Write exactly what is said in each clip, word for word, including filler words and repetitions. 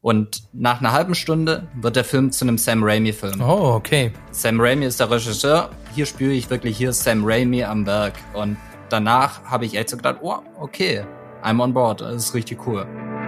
Und nach einer halben Stunde wird der Film zu einem Sam Raimi-Film. Oh, okay. Sam Raimi ist der Regisseur. Hier spüre ich wirklich, hier ist Sam Raimi am Werk. Und danach habe ich echt so gedacht, oh, okay, I'm on board. Das ist richtig cool.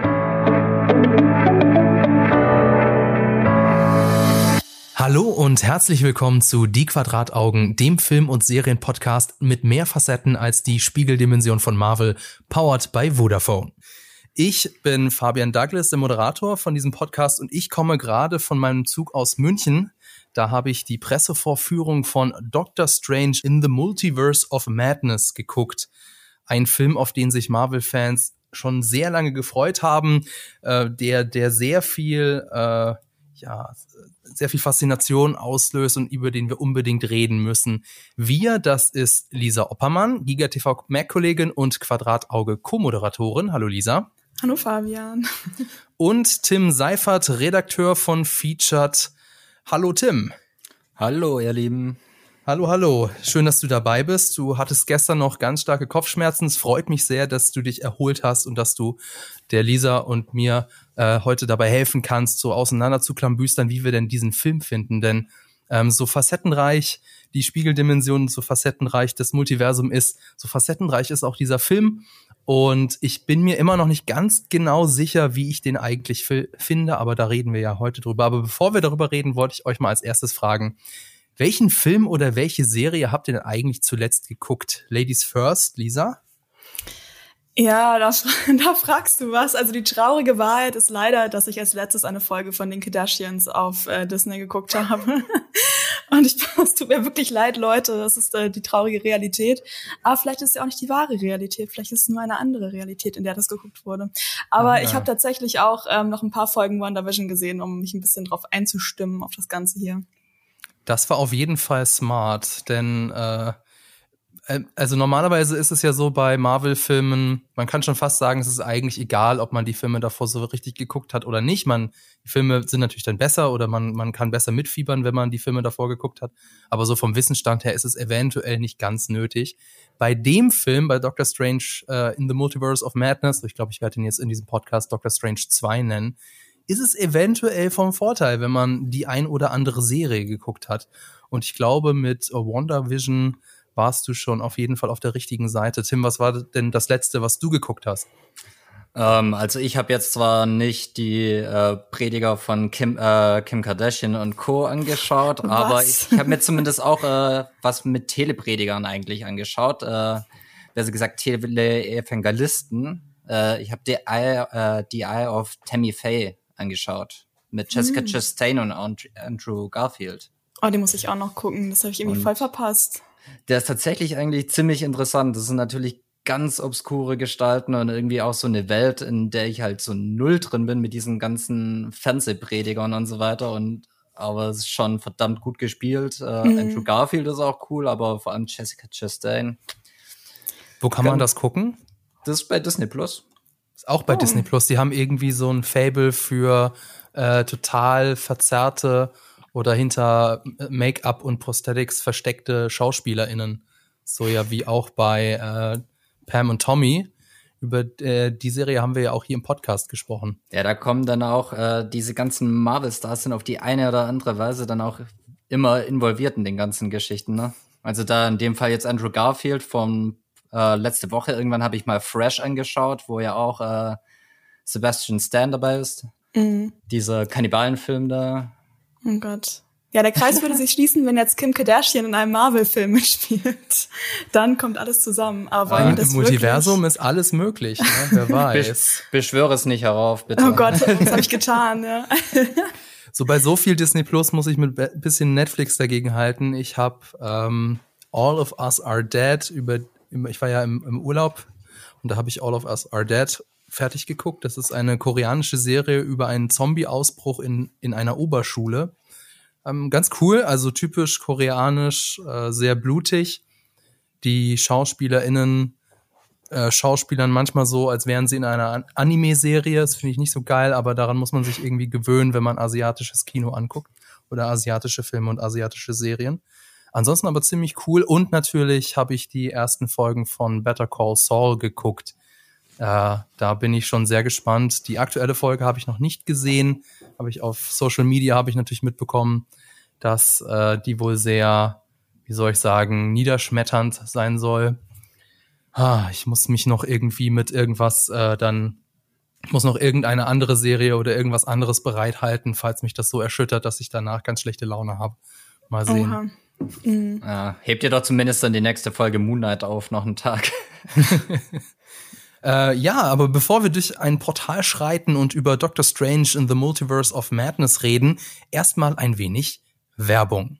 Hallo und herzlich willkommen zu Die Quadrataugen, dem Film- und Serienpodcast mit mehr Facetten als die Spiegeldimension von Marvel, powered by Vodafone. Ich bin Fabian Douglas, der Moderator von diesem Podcast, und ich komme gerade von meinem Zug aus München. Da habe ich die Pressevorführung von Doctor Strange in the Multiverse of Madness geguckt. Ein Film, auf den sich Marvel-Fans schon sehr lange gefreut haben, äh, der, der sehr viel, äh, ja, sehr viel Faszination auslöst und über den wir unbedingt reden müssen. Wir, das ist Lisa Oppermann, GigaTV Mac-Kollegin und Quadratauge Co-Moderatorin. Hallo Lisa. Hallo Fabian. Und Tim Seifert, Redakteur von Featured. Hallo Tim. Hallo ihr Lieben. Hallo, hallo. Schön, dass du dabei bist. Du hattest gestern noch ganz starke Kopfschmerzen. Es freut mich sehr, dass du dich erholt hast und dass du der Lisa und mir äh, heute dabei helfen kannst, so auseinander zu klambüstern, wie wir denn diesen Film finden. Denn ähm, so facettenreich die Spiegeldimension, so facettenreich das Multiversum ist, so facettenreich ist auch dieser Film. Und ich bin mir immer noch nicht ganz genau sicher, wie ich den eigentlich f- finde, aber da reden wir ja heute drüber. Aber bevor wir darüber reden, wollte ich euch mal als erstes fragen, welchen Film oder welche Serie habt ihr denn eigentlich zuletzt geguckt? Ladies first, Lisa? Ja, da, da fragst du was. Also die traurige Wahrheit ist leider, dass ich als letztes eine Folge von den Kardashians auf äh, Disney geguckt habe. Und ich, es tut mir wirklich leid, Leute, das ist äh, die traurige Realität. Aber vielleicht ist es ja auch nicht die wahre Realität, vielleicht ist es nur eine andere Realität, in der das geguckt wurde. Aber ah, ich habe tatsächlich auch ähm, noch ein paar Folgen WandaVision gesehen, um mich ein bisschen drauf einzustimmen, auf das Ganze hier. Das war auf jeden Fall smart, denn äh, also normalerweise ist es ja so bei Marvel-Filmen, man kann schon fast sagen, es ist eigentlich egal, ob man die Filme davor so richtig geguckt hat oder nicht. Man, die Filme sind natürlich dann besser oder man, man kann besser mitfiebern, wenn man die Filme davor geguckt hat. Aber so vom Wissensstand her ist es eventuell nicht ganz nötig. Bei dem Film, bei Doctor Strange uh, in the Multiverse of Madness, ich glaube, ich werde ihn jetzt in diesem Podcast Doctor Strange zwei nennen, ist es eventuell vom Vorteil, wenn man die ein oder andere Serie geguckt hat. Und ich glaube, mit WandaVision warst du schon auf jeden Fall auf der richtigen Seite. Tim, was war denn das Letzte, was du geguckt hast? Ähm, also ich habe jetzt zwar nicht die äh, Prediger von Kim, äh, Kim Kardashian und Co. angeschaut, was? aber ich, ich habe mir zumindest auch äh, was mit Telepredigern eigentlich angeschaut. Äh, besser gesagt Tele-Evangelisten. Äh, ich habe die Eye, äh, die Eye of Tammy Faye angeschaut. Mit Jessica hm. Chastain und Andrew Garfield. Oh, den muss ich auch noch gucken. Das habe ich irgendwie und voll verpasst. Der ist tatsächlich eigentlich ziemlich interessant. Das sind natürlich ganz obskure Gestalten und irgendwie auch so eine Welt, in der ich halt so null drin bin mit diesen ganzen Fernsehpredigern und so weiter. Und aber es ist schon verdammt gut gespielt. Äh, mhm. Andrew Garfield ist auch cool, aber vor allem Jessica Chastain. Wo kann man das gucken? Das ist bei Disney Plus. Ist auch bei oh. Disney Plus. Die haben irgendwie so ein Fable für äh, total verzerrte oder hinter Make-up und Prosthetics versteckte SchauspielerInnen. So ja wie auch bei äh, Pam und Tommy. Über äh, die Serie haben wir ja auch hier im Podcast gesprochen. Ja, da kommen dann auch äh, diese ganzen Marvel-Stars sind auf die eine oder andere Weise dann auch immer involviert in den ganzen Geschichten, ne? Also da in dem Fall jetzt Andrew Garfield von äh, letzte Woche, irgendwann habe ich mal Fresh angeschaut, wo ja auch äh, Sebastian Stan dabei ist. Mhm. Dieser Kannibalenfilm da. Oh Gott. Ja, der Kreis würde sich schließen, wenn jetzt Kim Kardashian in einem Marvel-Film mitspielt. Dann kommt alles zusammen. Aber wollen ah, wir das im Multiversum wirklich? Ist alles möglich, ne? Wer weiß. Beschwöre es nicht herauf, bitte. Oh Gott, was habe ich getan, ja. So bei so viel Disney Plus muss ich mit ein bisschen Netflix dagegen halten. Ich habe ähm, All of Us Are Dead über, ich war ja im, im Urlaub und da habe ich All of Us Are Dead fertig geguckt. Das ist eine koreanische Serie über einen Zombie-Ausbruch in, in einer Oberschule. Ähm, ganz cool, also typisch koreanisch, äh, sehr blutig. Die SchauspielerInnen äh, Schauspielern manchmal so, als wären sie in einer An- Anime-Serie. Das finde ich nicht so geil, aber daran muss man sich irgendwie gewöhnen, wenn man asiatisches Kino anguckt oder asiatische Filme und asiatische Serien. Ansonsten aber ziemlich cool. Und natürlich habe ich die ersten Folgen von Better Call Saul geguckt. Äh, da bin ich schon sehr gespannt. Die aktuelle Folge habe ich noch nicht gesehen, habe ich auf Social Media habe ich natürlich mitbekommen, dass äh, die wohl sehr, wie soll ich sagen, niederschmetternd sein soll. Ah, ich muss mich noch irgendwie mit irgendwas äh, dann, ich muss noch irgendeine andere Serie oder irgendwas anderes bereithalten, falls mich das so erschüttert, dass ich danach ganz schlechte Laune habe. Mal sehen. Oha. Mhm. Ja, hebt ihr doch zumindest dann die nächste Folge Moon Knight auf, noch einen Tag. Äh, ja, aber bevor wir durch ein Portal schreiten und über Doctor Strange in the Multiverse of Madness reden, erstmal ein wenig Werbung.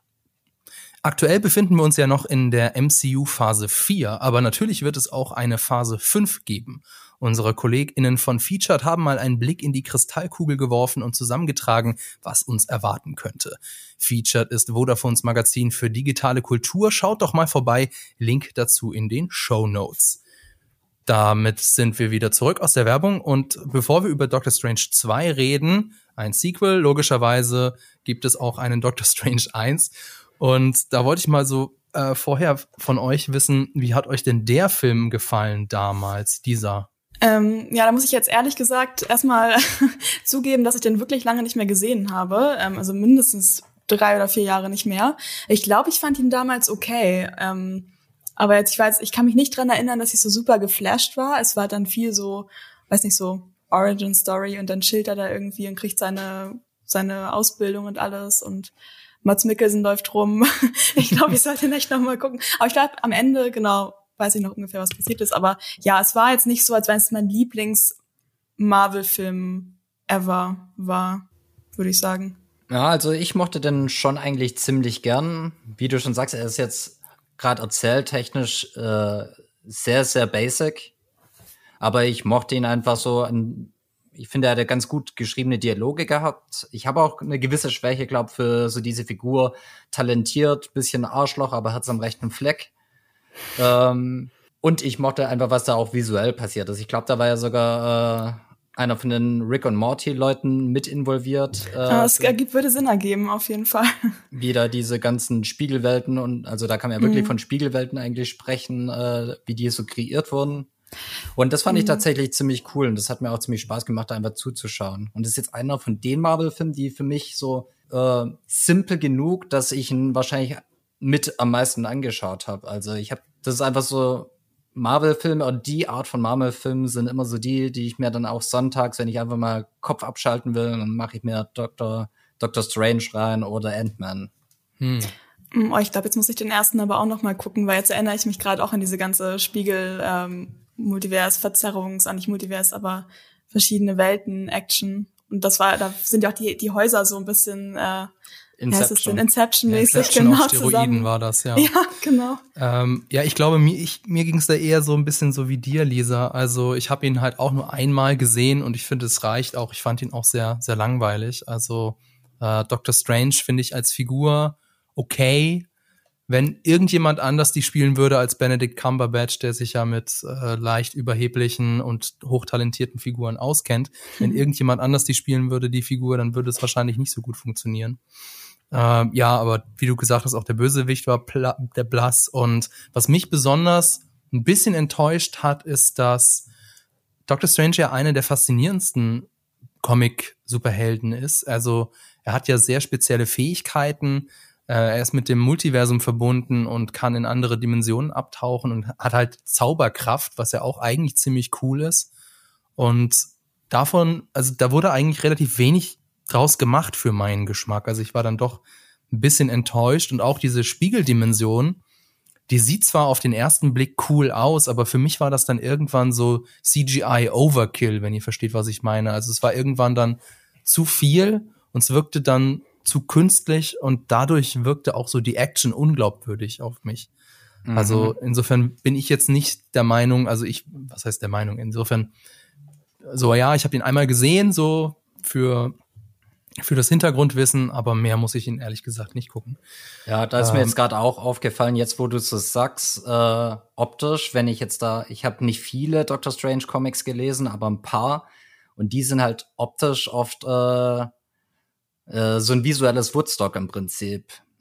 Aktuell befinden wir uns ja noch in der M C U-Phase vier, aber natürlich wird es auch eine Phase fünf geben. Unsere KollegInnen von Featured haben mal einen Blick in die Kristallkugel geworfen und zusammengetragen, was uns erwarten könnte. Featured ist Vodafones Magazin für digitale Kultur. Schaut doch mal vorbei. Link dazu in den Shownotes. Damit sind wir wieder zurück aus der Werbung und bevor wir über Doctor Strange zwei reden, ein Sequel, logischerweise gibt es auch einen Doctor Strange eins und da wollte ich mal so äh, vorher von euch wissen, wie hat euch denn der Film gefallen damals, dieser? Ähm, ja, da muss ich jetzt ehrlich gesagt erstmal zugeben, dass ich den wirklich lange nicht mehr gesehen habe, ähm, also mindestens drei oder vier Jahre nicht mehr. Ich glaube, ich fand ihn damals okay, ähm, aber jetzt, ich weiß, ich kann mich nicht dran erinnern, dass ich so super geflasht war. Es war dann viel so, weiß nicht, so Origin Story und dann chillt er da irgendwie und kriegt seine seine Ausbildung und alles und Mads Mikkelsen läuft rum. Ich glaube, ich sollte nicht noch mal gucken. Aber ich glaube, am Ende, genau, weiß ich noch ungefähr, was passiert ist. Aber ja, es war jetzt nicht so, als wenn es mein Lieblings-Marvel-Film ever war, würde ich sagen. Ja, also ich mochte den schon eigentlich ziemlich gern. Wie du schon sagst, er ist jetzt gerade erzähltechnisch äh, sehr, sehr basic. Aber ich mochte ihn einfach so. An, ich finde, er hatte ganz gut geschriebene Dialoge gehabt. Ich habe auch eine gewisse Schwäche, glaube ich, für so diese Figur. Talentiert, bisschen Arschloch, aber hat's am rechten Fleck. Ähm, und ich mochte einfach, was da auch visuell passiert ist. Ich glaube, da war ja sogar äh, einer von den Rick und Morty-Leuten mit involviert. Äh, ja, es ergibt, würde Sinn ergeben, auf jeden Fall. Wieder diese ganzen Spiegelwelten und also da kann man ja wirklich mhm. von Spiegelwelten eigentlich sprechen, äh, wie die so kreiert wurden. Und das fand mhm. ich tatsächlich ziemlich cool und das hat mir auch ziemlich Spaß gemacht, da einfach zuzuschauen. Und das ist jetzt einer von den Marvel-Filmen, die für mich so äh, simpel genug, dass ich ihn wahrscheinlich mit am meisten angeschaut habe. Also ich habe, das ist einfach so, Marvel-Filme oder die Art von Marvel-Filmen sind immer so die, die ich mir dann auch sonntags, wenn ich einfach mal Kopf abschalten will, dann mache ich mir Doctor Doctor Strange rein oder Ant-Man. Hm. Oh, ich glaube, jetzt muss ich den ersten aber auch noch mal gucken, weil jetzt erinnere ich mich gerade auch an diese ganze Spiegel ähm, Multivers, Verzerrungs, nicht Multivers, aber verschiedene Welten, Action. Und das war, da sind ja auch die die Häuser so ein bisschen äh, Inception. Inception-mäßig, ja, Inception genau, auf Steroiden zusammen. war das, ja. Ja, genau. Ähm, ja, ich glaube, mir, ich, mir ging es da eher so ein bisschen so wie dir, Lisa. Also ich habe ihn halt auch nur einmal gesehen und ich finde, es reicht auch. Ich fand ihn auch sehr, sehr langweilig. Also äh, Doctor Strange finde ich als Figur okay. Wenn irgendjemand anders die spielen würde als Benedict Cumberbatch, der sich ja mit äh, leicht überheblichen und hochtalentierten Figuren auskennt, wenn irgendjemand anders die spielen würde, die Figur, dann würde es wahrscheinlich nicht so gut funktionieren. Äh, ja, aber wie du gesagt hast, auch der Bösewicht war pla- der Blass. Und was mich besonders ein bisschen enttäuscht hat, ist, dass Doctor Strange ja eine der faszinierendsten Comic-Superhelden ist. Also er hat ja sehr spezielle Fähigkeiten. Er ist mit dem Multiversum verbunden und kann in andere Dimensionen abtauchen und hat halt Zauberkraft, was ja auch eigentlich ziemlich cool ist. Und davon, also da wurde eigentlich relativ wenig draus gemacht für meinen Geschmack. Also ich war dann doch ein bisschen enttäuscht und auch diese Spiegeldimension, die sieht zwar auf den ersten Blick cool aus, aber für mich war das dann irgendwann so C G I-Overkill, wenn ihr versteht, was ich meine. Also es war irgendwann dann zu viel und es wirkte dann zu künstlich und dadurch wirkte auch so die Action unglaubwürdig auf mich. Mhm. Also insofern bin ich jetzt nicht der Meinung, also ich, was heißt der Meinung? Insofern, so ja, ich habe ihn einmal gesehen, so für für das Hintergrundwissen, aber mehr muss ich ihn ehrlich gesagt nicht gucken. Ja, da ist ähm, mir jetzt gerade auch aufgefallen, jetzt wo du es so sagst, äh, optisch, wenn ich jetzt da, ich habe nicht viele Doctor Strange Comics gelesen, aber ein paar und die sind halt optisch oft äh, so ein visuelles Woodstock im Prinzip.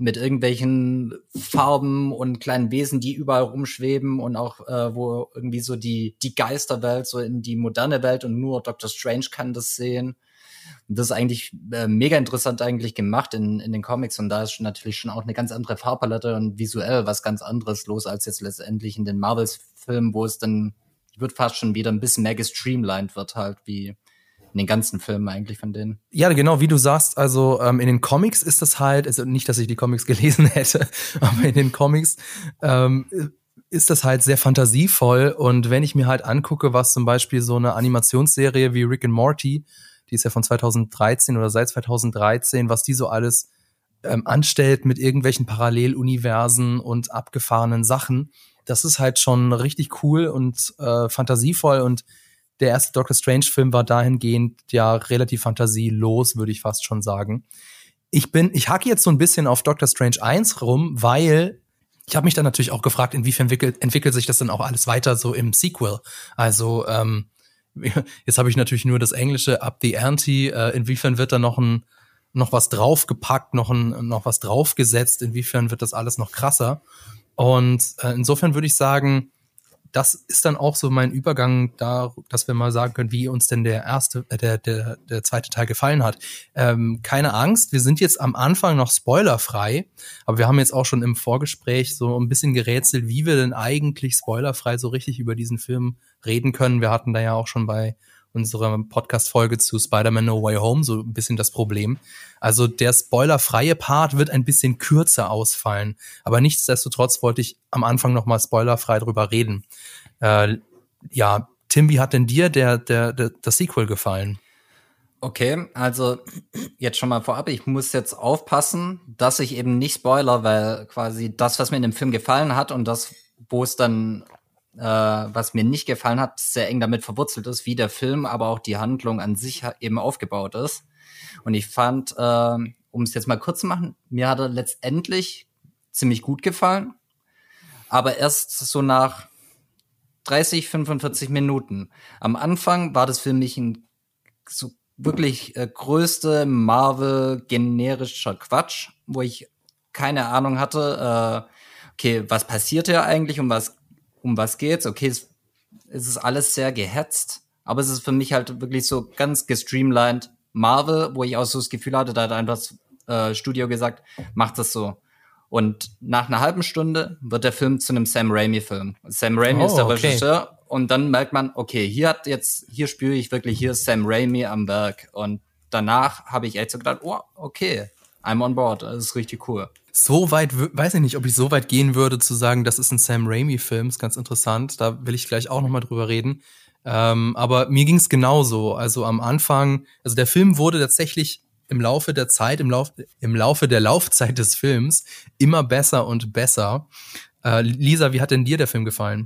mit irgendwelchen Farben und kleinen Wesen, die überall rumschweben und auch äh, wo irgendwie so die die Geisterwelt so in die moderne Welt und nur Doctor Strange kann das sehen. Und das ist eigentlich äh, mega interessant eigentlich gemacht in in den Comics und da ist natürlich schon auch eine ganz andere Farbpalette und visuell was ganz anderes los als jetzt letztendlich in den Marvels-Filmen, wo es dann wird fast schon wieder ein bisschen mehr gestreamlined wird halt wie in den ganzen Filmen eigentlich von denen. Ja, genau, wie du sagst, also ähm, in den Comics ist das halt, also nicht, dass ich die Comics gelesen hätte, aber in den Comics ähm, ist das halt sehr fantasievoll und wenn ich mir halt angucke, was zum Beispiel so eine Animationsserie wie Rick and Morty, die ist ja von zweitausenddreizehn oder seit zweitausenddreizehn, was die so alles ähm, anstellt mit irgendwelchen Paralleluniversen und abgefahrenen Sachen, das ist halt schon richtig cool und äh, fantasievoll und der erste Doctor Strange-Film war dahingehend ja relativ fantasielos, würde ich fast schon sagen. Ich bin, ich hacke jetzt so ein bisschen auf Doctor Strange eins rum, weil ich habe mich dann natürlich auch gefragt, inwiefern entwickelt, entwickelt sich das dann auch alles weiter so im Sequel. Also ähm, jetzt habe ich natürlich nur das Englische Up the Ante. Äh, inwiefern wird da noch ein noch was draufgepackt, noch ein noch was draufgesetzt? Inwiefern wird das alles noch krasser? Und äh, insofern würde ich sagen, das ist dann auch so mein Übergang da, dass wir mal sagen können, wie uns denn der erste, äh, der, der, der zweite Teil gefallen hat. Ähm, keine Angst, wir sind jetzt am Anfang noch spoilerfrei, aber wir haben jetzt auch schon im Vorgespräch so ein bisschen gerätselt, wie wir denn eigentlich spoilerfrei so richtig über diesen Film reden können. Wir hatten da ja auch schon bei unserer Podcast-Folge zu Spider-Man No Way Home so ein bisschen das Problem. Also der spoilerfreie Part wird ein bisschen kürzer ausfallen. Aber nichtsdestotrotz wollte ich am Anfang noch mal spoilerfrei drüber reden. Äh, ja, Tim, wie hat denn dir der, der, der, das Sequel gefallen? Okay, also jetzt schon mal vorab, ich muss jetzt aufpassen, dass ich eben nicht spoiler, weil quasi das, was mir in dem Film gefallen hat und das, wo es dann äh, was mir nicht gefallen hat, sehr eng damit verwurzelt ist, wie der Film, aber auch die Handlung an sich eben aufgebaut ist. Und ich fand, äh, um es jetzt mal kurz zu machen, mir hat er letztendlich ziemlich gut gefallen, aber erst so nach dreißig, fünfundvierzig Minuten. Am Anfang war das für mich ein so wirklich äh, größte Marvel-generischer Quatsch, wo ich keine Ahnung hatte, äh, okay, was passiert hier eigentlich, um was um was geht's? Okay, es, es ist alles sehr gehetzt, aber es ist für mich halt wirklich so ganz gestreamlined Marvel, wo ich auch so das Gefühl hatte, da hat einfach das äh, Studio gesagt, macht das so. Und nach einer halben Stunde wird der Film zu einem Sam Raimi-Film. Sam Raimi oh, ist der okay. Regisseur und dann merkt man, okay, hier hat jetzt, hier spüre ich wirklich, hier ist Sam Raimi am Werk. Und danach habe ich echt so gedacht, oh, okay, I'm on board, das ist richtig cool. So weit, weiß ich nicht, ob ich so weit gehen würde, zu sagen, das ist ein Sam Raimi-Film, ist ganz interessant, da will ich gleich auch nochmal drüber reden. Ähm, aber mir ging's genauso, also am Anfang, also der Film wurde tatsächlich im Laufe der Zeit, im, Lauf, im Laufe der Laufzeit des Films immer besser und besser. Äh, Lisa, wie hat denn dir der Film gefallen?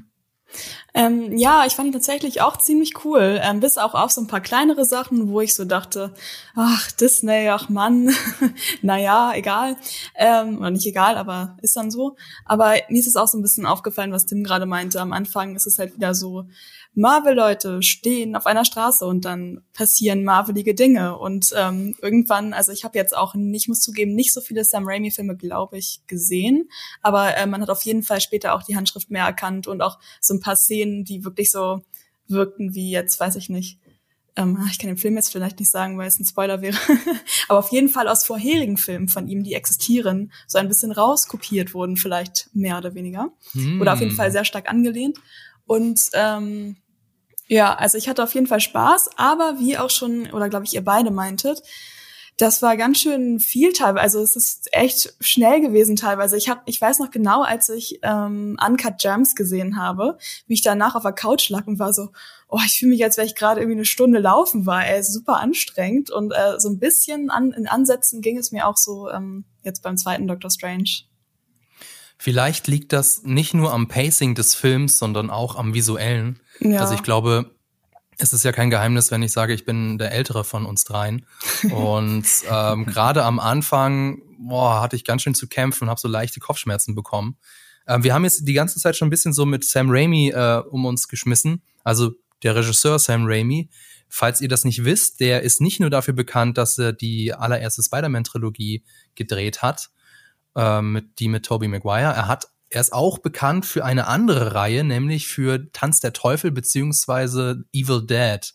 Ähm, ja, ich fand ihn tatsächlich auch ziemlich cool, ähm, bis auch auf so ein paar kleinere Sachen, wo ich so dachte, ach, Disney, ach Mann, naja, egal, ähm, oder nicht egal, aber ist dann so. Aber mir ist es auch so ein bisschen aufgefallen, was Tim gerade meinte. Am Anfang ist es halt wieder so, Marvel-Leute stehen auf einer Straße und dann passieren marvelige Dinge. Und ähm, irgendwann, also ich habe jetzt auch, ich muss zugeben, nicht so viele Sam Raimi-Filme, glaube ich, gesehen. Aber äh, man hat auf jeden Fall später auch die Handschrift mehr erkannt und auch so ein paar Szenen, die wirklich so wirkten wie jetzt, weiß ich nicht. Ähm, ich kann den Film jetzt vielleicht nicht sagen, weil es ein Spoiler wäre. Aber auf jeden Fall aus vorherigen Filmen von ihm, die existieren, so ein bisschen rauskopiert wurden, vielleicht mehr oder weniger. Hm. Oder auf jeden Fall sehr stark angelehnt. Und ähm, ja, also ich hatte auf jeden Fall Spaß, aber wie auch schon, oder glaube ich, ihr beide meintet, das war ganz schön viel teilweise. Also es ist echt schnell gewesen teilweise. Ich hab, ich weiß noch genau, als ich ähm, Uncut Gems gesehen habe, wie ich danach auf der Couch lag und war so, oh, ich fühle mich, als wäre ich gerade irgendwie eine Stunde laufen war. Ey, super anstrengend. Und äh, so ein bisschen an, in Ansätzen ging es mir auch so ähm, jetzt beim zweiten Doctor Strange. Vielleicht liegt das nicht nur am Pacing des Films, sondern auch am Visuellen. Ja. Also ich glaube, es ist ja kein Geheimnis, wenn ich sage, ich bin der Ältere von uns dreien. Und ähm, gerade am Anfang boah, hatte ich ganz schön zu kämpfen und habe so leichte Kopfschmerzen bekommen. Ähm, wir haben jetzt die ganze Zeit schon ein bisschen so mit Sam Raimi äh, um uns geschmissen. Also der Regisseur Sam Raimi. Falls ihr das nicht wisst, der ist nicht nur dafür bekannt, dass er die allererste Spider-Man-Trilogie gedreht hat, äh, mit die mit Tobey Maguire. Er hat Er ist auch bekannt für eine andere Reihe, nämlich für Tanz der Teufel beziehungsweise Evil Dead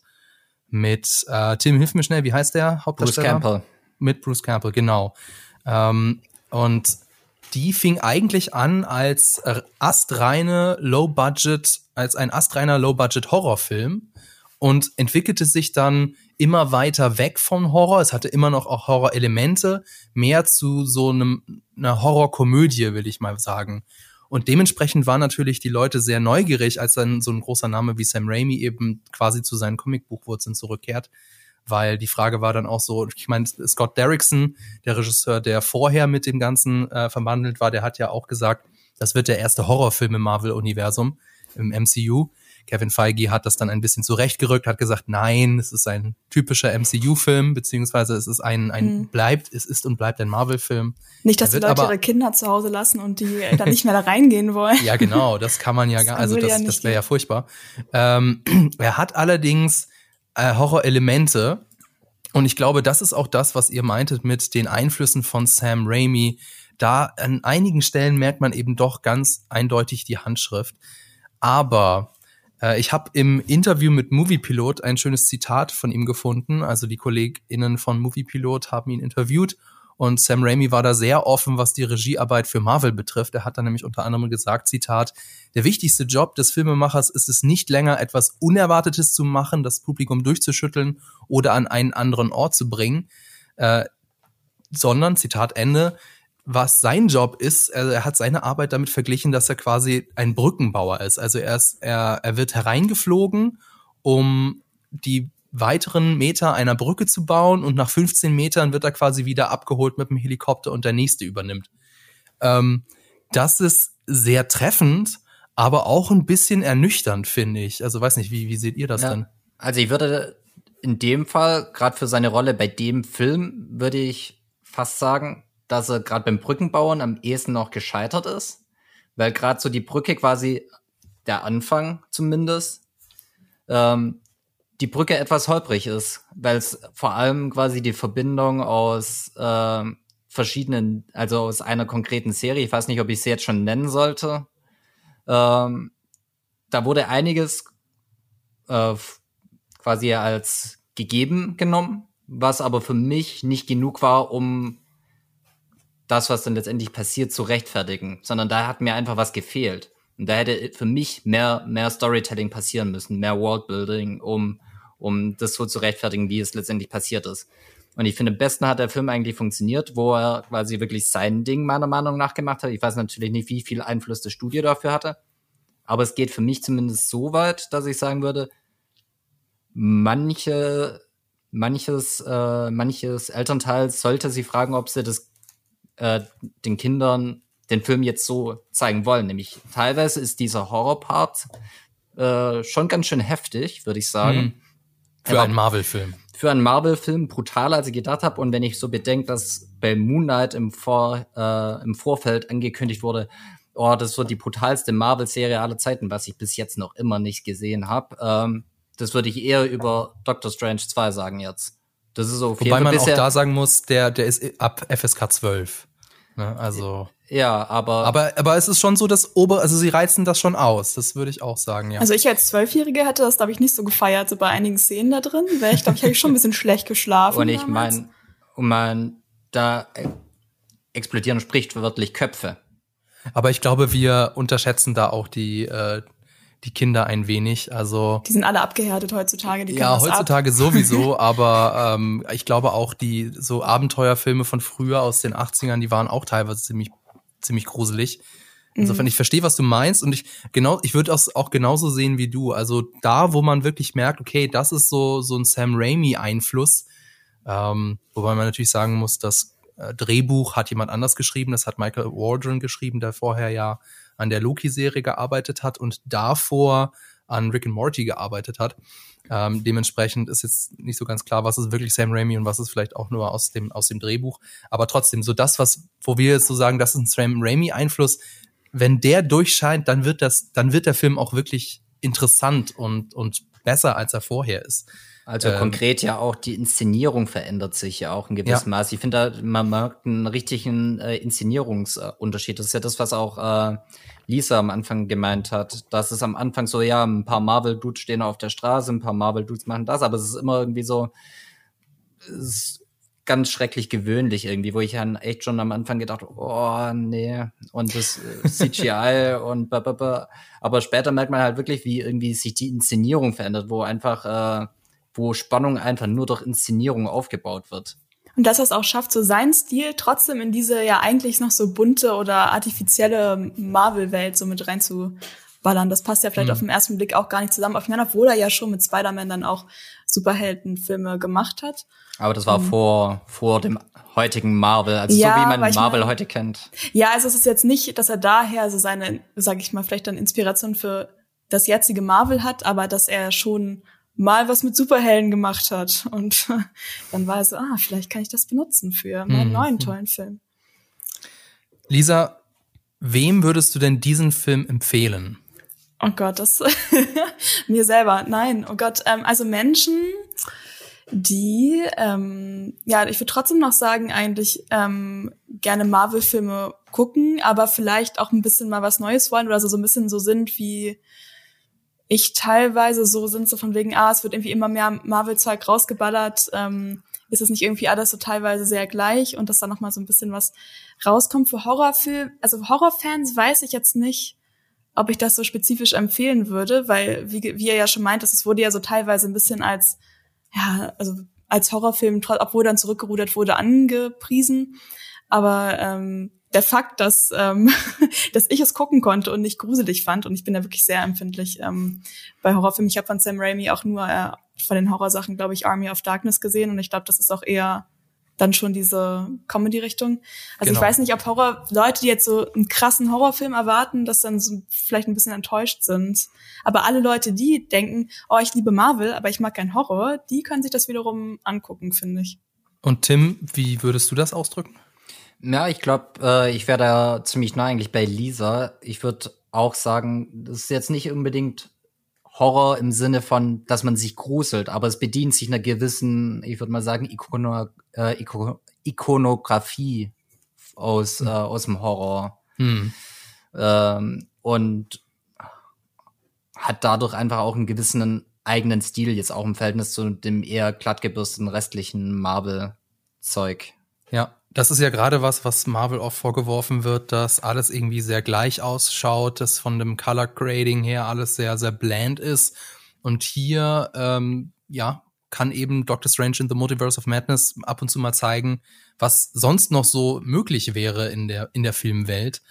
mit äh, Tim, hilf mir schnell, wie heißt der Hauptdarsteller? Bruce Campbell. Mit Bruce Campbell, genau. Ähm, und die fing eigentlich an als astreine Low-Budget, als ein astreiner Low-Budget-Horrorfilm und entwickelte sich dann immer weiter weg von Horror. Es hatte immer noch auch Horror-Elemente, mehr zu so einem, einer Horrorkomödie, will ich mal sagen. Und dementsprechend waren natürlich die Leute sehr neugierig, als dann so ein großer Name wie Sam Raimi eben quasi zu seinen Comicbuchwurzeln zurückkehrt. Weil die Frage war dann auch so, ich meine, Scott Derrickson, der Regisseur, der vorher mit dem Ganzen äh, verbandelt war, der hat ja auch gesagt, das wird der erste Horrorfilm im Marvel-Universum, im M C U. Kevin Feige hat das dann ein bisschen zurechtgerückt, hat gesagt, nein, es ist ein typischer M C U-Film, beziehungsweise es ist ein, ein hm. bleibt, es ist und bleibt ein Marvel-Film. Nicht, dass die Leute aber ihre Kinder zu Hause lassen und die dann nicht mehr da reingehen wollen. Ja, genau, das kann man ja gar, also das, ja das wäre ja furchtbar. Ähm, er hat allerdings äh, Horror-Elemente und ich glaube, das ist auch das, was ihr meintet mit den Einflüssen von Sam Raimi. Da an einigen Stellen merkt man eben doch ganz eindeutig die Handschrift. Aber ich habe im Interview mit Moviepilot ein schönes Zitat von ihm gefunden. Also die KollegInnen von Moviepilot haben ihn interviewt und Sam Raimi war da sehr offen, was die Regiearbeit für Marvel betrifft. Er hat dann nämlich unter anderem gesagt, Zitat, der wichtigste Job des Filmemachers ist es nicht länger, etwas Unerwartetes zu machen, das Publikum durchzuschütteln oder an einen anderen Ort zu bringen, äh, sondern, Zitat Ende, was sein Job ist, also er hat seine Arbeit damit verglichen, dass er quasi ein Brückenbauer ist. Also er ist, er, er wird hereingeflogen, um die weiteren Meter einer Brücke zu bauen und nach fünfzehn Metern wird er quasi wieder abgeholt mit dem Helikopter und der nächste übernimmt. Ähm, das ist sehr treffend, aber auch ein bisschen ernüchternd, finde ich. Also weiß nicht, wie, wie seht ihr das ja, denn? Also ich würde in dem Fall, gerade für seine Rolle bei dem Film, würde ich fast sagen, dass er gerade beim Brückenbauen am ehesten noch gescheitert ist, weil gerade so die Brücke quasi, der Anfang zumindest, ähm, die Brücke etwas holprig ist, weil es vor allem quasi die Verbindung aus äh, verschiedenen, also aus einer konkreten Serie, ich weiß nicht, ob ich sie jetzt schon nennen sollte, ähm, da wurde einiges äh, quasi als gegeben genommen, was aber für mich nicht genug war, um das, was dann letztendlich passiert, zu rechtfertigen, sondern da hat mir einfach was gefehlt. Und da hätte für mich mehr mehr Storytelling passieren müssen, mehr Worldbuilding, um um das so zu rechtfertigen, wie es letztendlich passiert ist. Und ich finde, am besten hat der Film eigentlich funktioniert, wo er quasi wirklich sein Ding meiner Meinung nach gemacht hat. Ich weiß natürlich nicht, wie viel Einfluss das Studio dafür hatte, aber es geht für mich zumindest so weit, dass ich sagen würde, manche manches äh, manches Elternteil sollte sie fragen, ob sie das Äh, den Kindern den Film jetzt so zeigen wollen. Nämlich teilweise ist dieser Horror-Part äh, schon ganz schön heftig, würde ich sagen. Hm. Für einen Marvel-Film. Für einen Marvel-Film brutaler, als ich gedacht habe. Und wenn ich so bedenke, dass bei Moon Knight im, Vor, äh, im Vorfeld angekündigt wurde, oh, das wird die brutalste Marvel-Serie aller Zeiten, was ich bis jetzt noch immer nicht gesehen habe. Ähm, das würde ich eher über Doctor Strange zwei sagen jetzt. Das ist so auf Wobei jeden Fall man auch da sagen muss, der der ist ab F S K zwölf. Ne, also ja, aber aber aber es ist schon so, dass Ober, also sie reizen das schon aus. Das würde ich auch sagen, ja. Also ich als Zwölfjährige hätte das, glaube ich, nicht so gefeiert, so bei einigen Szenen da drin. Wäre ich, glaube ich, hätte ich schon ein bisschen schlecht geschlafen. Und ich meine, und man da explodieren sprichwörtlich Köpfe. Aber ich glaube, wir unterschätzen da auch die äh, die Kinder ein wenig, also die sind alle abgehärtet heutzutage. Die ja, heutzutage ab. Sowieso, aber ähm, ich glaube auch die so Abenteuerfilme von früher aus den achtzigern, die waren auch teilweise ziemlich ziemlich gruselig. Insofern, mhm. ich verstehe, was du meinst und ich genau, ich würde das auch genauso sehen wie du. Also da, wo man wirklich merkt, okay, das ist so so ein Sam Raimi-Einfluss, ähm, wobei man natürlich sagen muss, das äh, Drehbuch hat jemand anders geschrieben, das hat Michael Waldron geschrieben, der vorher ja an der Loki-Serie gearbeitet hat und davor an Rick and Morty gearbeitet hat. Ähm, dementsprechend ist jetzt nicht so ganz klar, was ist wirklich Sam Raimi und was ist vielleicht auch nur aus dem aus dem Drehbuch. Aber trotzdem, so das, was, wo wir jetzt so sagen, das ist ein Sam Raimi-Einfluss, wenn der durchscheint, dann wird das, dann wird der Film auch wirklich interessant und und besser, als er vorher ist. Also ähm, konkret ja auch die Inszenierung verändert sich ja auch in gewissem ja. Maß. Ich finde, da man merkt einen richtigen äh, Inszenierungsunterschied. Das ist ja das, was auch äh, Lisa am Anfang gemeint hat. Dass es am Anfang so, ja, ein paar Marvel-Dudes stehen auf der Straße, ein paar Marvel-Dudes machen das, aber es ist immer irgendwie so, es ist ganz schrecklich gewöhnlich irgendwie, wo ich dann echt schon am Anfang gedacht habe, oh, nee, und das äh, C G I und bababa. Aber später merkt man halt wirklich, wie irgendwie sich die Inszenierung verändert, wo einfach äh, wo Spannung einfach nur durch Inszenierung aufgebaut wird. Und dass er es auch schafft, so seinen Stil trotzdem in diese ja eigentlich noch so bunte oder artifizielle Marvel-Welt so mit reinzuballern. Das passt ja vielleicht mhm. auf den ersten Blick auch gar nicht zusammen aufeinander, obwohl er ja schon mit Spider-Man dann auch Superheldenfilme gemacht hat. Aber das war um, vor vor dem heutigen Marvel, also ja, so wie man Marvel mein, heute kennt. Ja, also es ist jetzt nicht, dass er daher so seine, sag ich mal, vielleicht dann Inspiration für das jetzige Marvel hat, aber dass er schon mal was mit Superhelden gemacht hat. Und dann war es so, ah, vielleicht kann ich das benutzen für meinen mhm. neuen tollen Film. Lisa, wem würdest du denn diesen Film empfehlen? Oh Gott, das mir selber. Nein, oh Gott. Ähm, also Menschen, die, ähm, ja, ich würde trotzdem noch sagen, eigentlich ähm, gerne Marvel-Filme gucken, aber vielleicht auch ein bisschen mal was Neues wollen oder so, so ein bisschen so sind wie ich teilweise so sind, so von wegen, ah, es wird irgendwie immer mehr Marvel-Zeug rausgeballert, ähm, ist es nicht irgendwie alles so teilweise sehr gleich und dass da noch mal so ein bisschen was rauskommt für Horrorfilme. Also Horrorfans weiß ich jetzt nicht, ob ich das so spezifisch empfehlen würde, weil, wie, wie ihr ja schon meint, es wurde ja so teilweise ein bisschen als, ja, also als Horrorfilm, obwohl dann zurückgerudert wurde, angepriesen. Aber ähm, der Fakt, dass ähm, dass ich es gucken konnte und nicht gruselig fand, und ich bin da wirklich sehr empfindlich ähm, bei Horrorfilmen. Ich habe von Sam Raimi auch nur äh, von den Horrorsachen, glaube ich, Army of Darkness gesehen, und ich glaube, das ist auch eher dann schon diese Comedy-Richtung. Also genau. Ich weiß nicht, ob Horror Leute, die jetzt so einen krassen Horrorfilm erwarten, das dann so vielleicht ein bisschen enttäuscht sind. Aber alle Leute, die denken, oh, ich liebe Marvel, aber ich mag keinen Horror, die können sich das wiederum angucken, finde ich. Und Tim, wie würdest du das ausdrücken? Ja, ich glaube, äh, ich wäre da ziemlich nah eigentlich bei Lisa. Ich würde auch sagen, das ist jetzt nicht unbedingt Horror im Sinne von, dass man sich gruselt, aber es bedient sich einer gewissen, ich würde mal sagen, Ikono, äh, Iko, Ikonografie aus hm. äh, aus dem Horror. Hm. Ähm, und hat dadurch einfach auch einen gewissen eigenen Stil, jetzt auch im Verhältnis zu dem eher glattgebürsteten restlichen Marvel-Zeug. Ja. Das ist ja gerade was, was Marvel oft vorgeworfen wird, dass alles irgendwie sehr gleich ausschaut, dass von dem Color Grading her alles sehr, sehr bland ist. Und hier, ähm, ja, kann eben Doctor Strange in the Multiverse of Madness ab und zu mal zeigen, was sonst noch so möglich wäre in der, in der Filmwelt.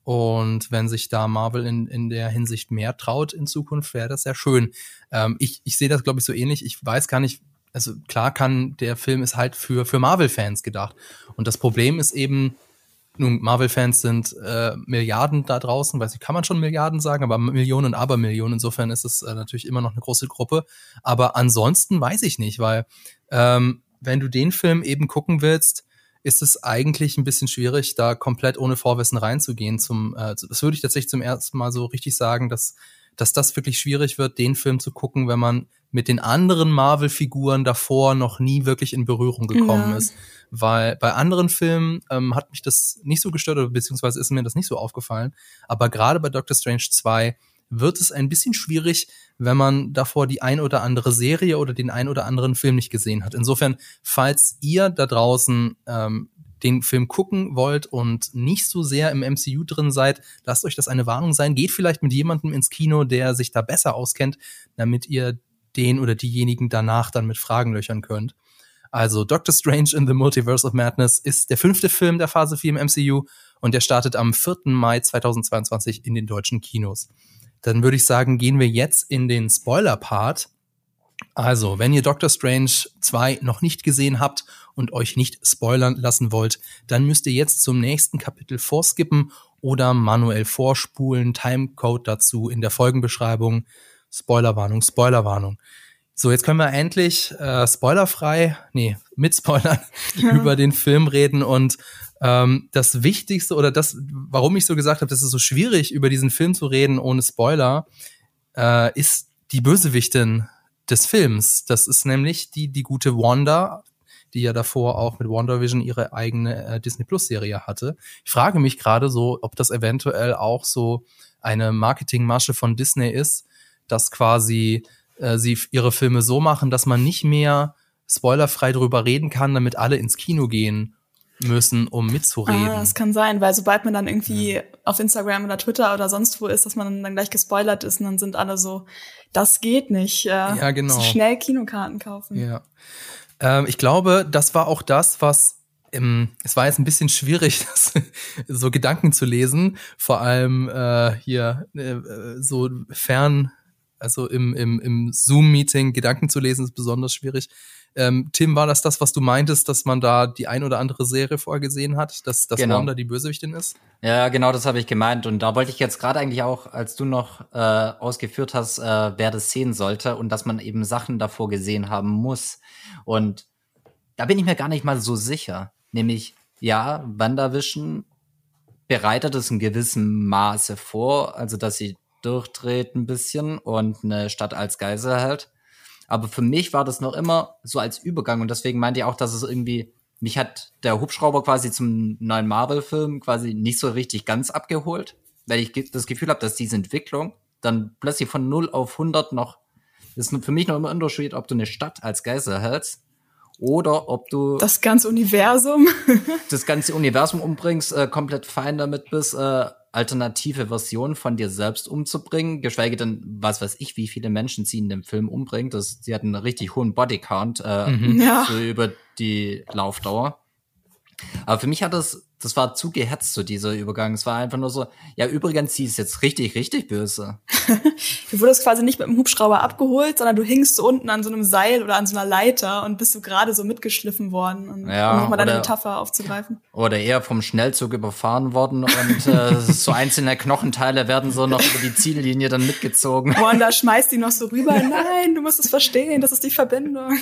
Und wenn sich da Marvel in, in der Hinsicht mehr traut in Zukunft, wäre das sehr schön. Ähm, ich, ich sehe das, glaube ich, so ähnlich. Ich weiß gar nicht, also klar kann, der Film ist halt für für Marvel-Fans gedacht. Und das Problem ist eben, nun, Marvel-Fans sind äh, Milliarden da draußen, weiß ich, kann man schon Milliarden sagen, aber Millionen und Abermillionen, insofern ist es äh, natürlich immer noch eine große Gruppe. Aber ansonsten weiß ich nicht, weil ähm, wenn du den Film eben gucken willst, ist es eigentlich ein bisschen schwierig, da komplett ohne Vorwissen reinzugehen. Zum, äh, das würde ich tatsächlich zum ersten Mal so richtig sagen, dass dass das wirklich schwierig wird, den Film zu gucken, wenn man mit den anderen Marvel-Figuren davor noch nie wirklich in Berührung gekommen ja. ist. Weil bei anderen Filmen ähm, hat mich das nicht so gestört, oder beziehungsweise ist mir das nicht so aufgefallen. Aber gerade bei Doctor Strange zwei wird es ein bisschen schwierig, wenn man davor die ein oder andere Serie oder den ein oder anderen Film nicht gesehen hat. Insofern, falls ihr da draußen ähm, den Film gucken wollt und nicht so sehr im M C U drin seid, lasst euch das eine Warnung sein. Geht vielleicht mit jemandem ins Kino, der sich da besser auskennt, damit ihr den oder diejenigen danach dann mit Fragen löchern könnt. Also Doctor Strange in the Multiverse of Madness ist der fünfte Film der Phase vier im M C U und der startet am vierten Mai zweitausendzweiundzwanzig in den deutschen Kinos. Dann würde ich sagen, gehen wir jetzt in den Spoiler-Part. Also, wenn ihr Doctor Strange zwei noch nicht gesehen habt und euch nicht spoilern lassen wollt, dann müsst ihr jetzt zum nächsten Kapitel vorskippen oder manuell vorspulen. Timecode dazu in der Folgenbeschreibung. Spoilerwarnung, Spoilerwarnung. So, jetzt können wir endlich äh, spoilerfrei, nee, mit Spoilern ja. über den Film reden. Und ähm, das Wichtigste oder das, warum ich so gesagt habe, das ist so schwierig, über diesen Film zu reden ohne Spoiler, äh, ist die Bösewichtin des Films. Das ist nämlich die, die gute Wanda, die ja davor auch mit WandaVision ihre eigene äh, Disney-Plus-Serie hatte. Ich frage mich gerade so, ob das eventuell auch so eine Marketingmasche von Disney ist, dass quasi äh, sie ihre Filme so machen, dass man nicht mehr spoilerfrei drüber reden kann, damit alle ins Kino gehen müssen, um mitzureden. Ah, das kann sein, weil sobald man dann irgendwie ja. auf Instagram oder Twitter oder sonst wo ist, dass man dann gleich gespoilert ist und dann sind alle so, das geht nicht. Äh, ja, genau. So schnell Kinokarten kaufen. Ja. Ähm, ich glaube, das war auch das, was ähm, es war jetzt ein bisschen schwierig, das, so Gedanken zu lesen, vor allem äh, hier äh, so fern, also im, im, im Zoom-Meeting Gedanken zu lesen, ist besonders schwierig. Ähm, Tim, war das das, was du meintest, dass man da die ein oder andere Serie vorgesehen hat, dass, dass genau. Wanda die Bösewichtin ist? Ja, genau, das habe ich gemeint. Und da wollte ich jetzt gerade eigentlich auch, als du noch äh, ausgeführt hast, äh, wer das sehen sollte und dass man eben Sachen davor gesehen haben muss. Und da bin ich mir gar nicht mal so sicher. Nämlich, ja, WandaVision bereitet es in gewissem Maße vor, also dass sie durchdreht ein bisschen und eine Stadt als Geisel hält. Aber für mich war das noch immer so als Übergang und deswegen meinte ich auch, dass es irgendwie, mich hat der Hubschrauber quasi zum neuen Marvel-Film quasi nicht so richtig ganz abgeholt, weil ich das Gefühl habe, dass diese Entwicklung dann plötzlich von null auf hundert noch, das ist für mich noch immer ein Unterschied, ob du eine Stadt als Geisel hältst oder ob du das ganze Universum das ganze Universum umbringst, äh, komplett fein damit bist, äh, alternative Versionen von dir selbst umzubringen, geschweige denn, was weiß ich, wie viele Menschen sie in dem Film umbringt. Das, sie hatten einen richtig hohen Bodycount äh, Mhm. Ja. so über die Laufdauer. Aber für mich hat das, das war zu gehetzt, so dieser Übergang. Es war einfach nur so, ja, übrigens, sie ist jetzt richtig, richtig böse. Du wurdest quasi nicht mit dem Hubschrauber abgeholt, sondern du hingst so unten an so einem Seil oder an so einer Leiter und bist so gerade so mitgeschliffen worden, und, Ja, um nochmal deine oder- Metapher aufzugreifen. Oder eher vom Schnellzug überfahren worden und äh, so einzelne Knochenteile werden so noch über die Ziellinie dann mitgezogen. Wanda schmeißt die noch so rüber. Nein, du musst es verstehen, das ist die Verbindung.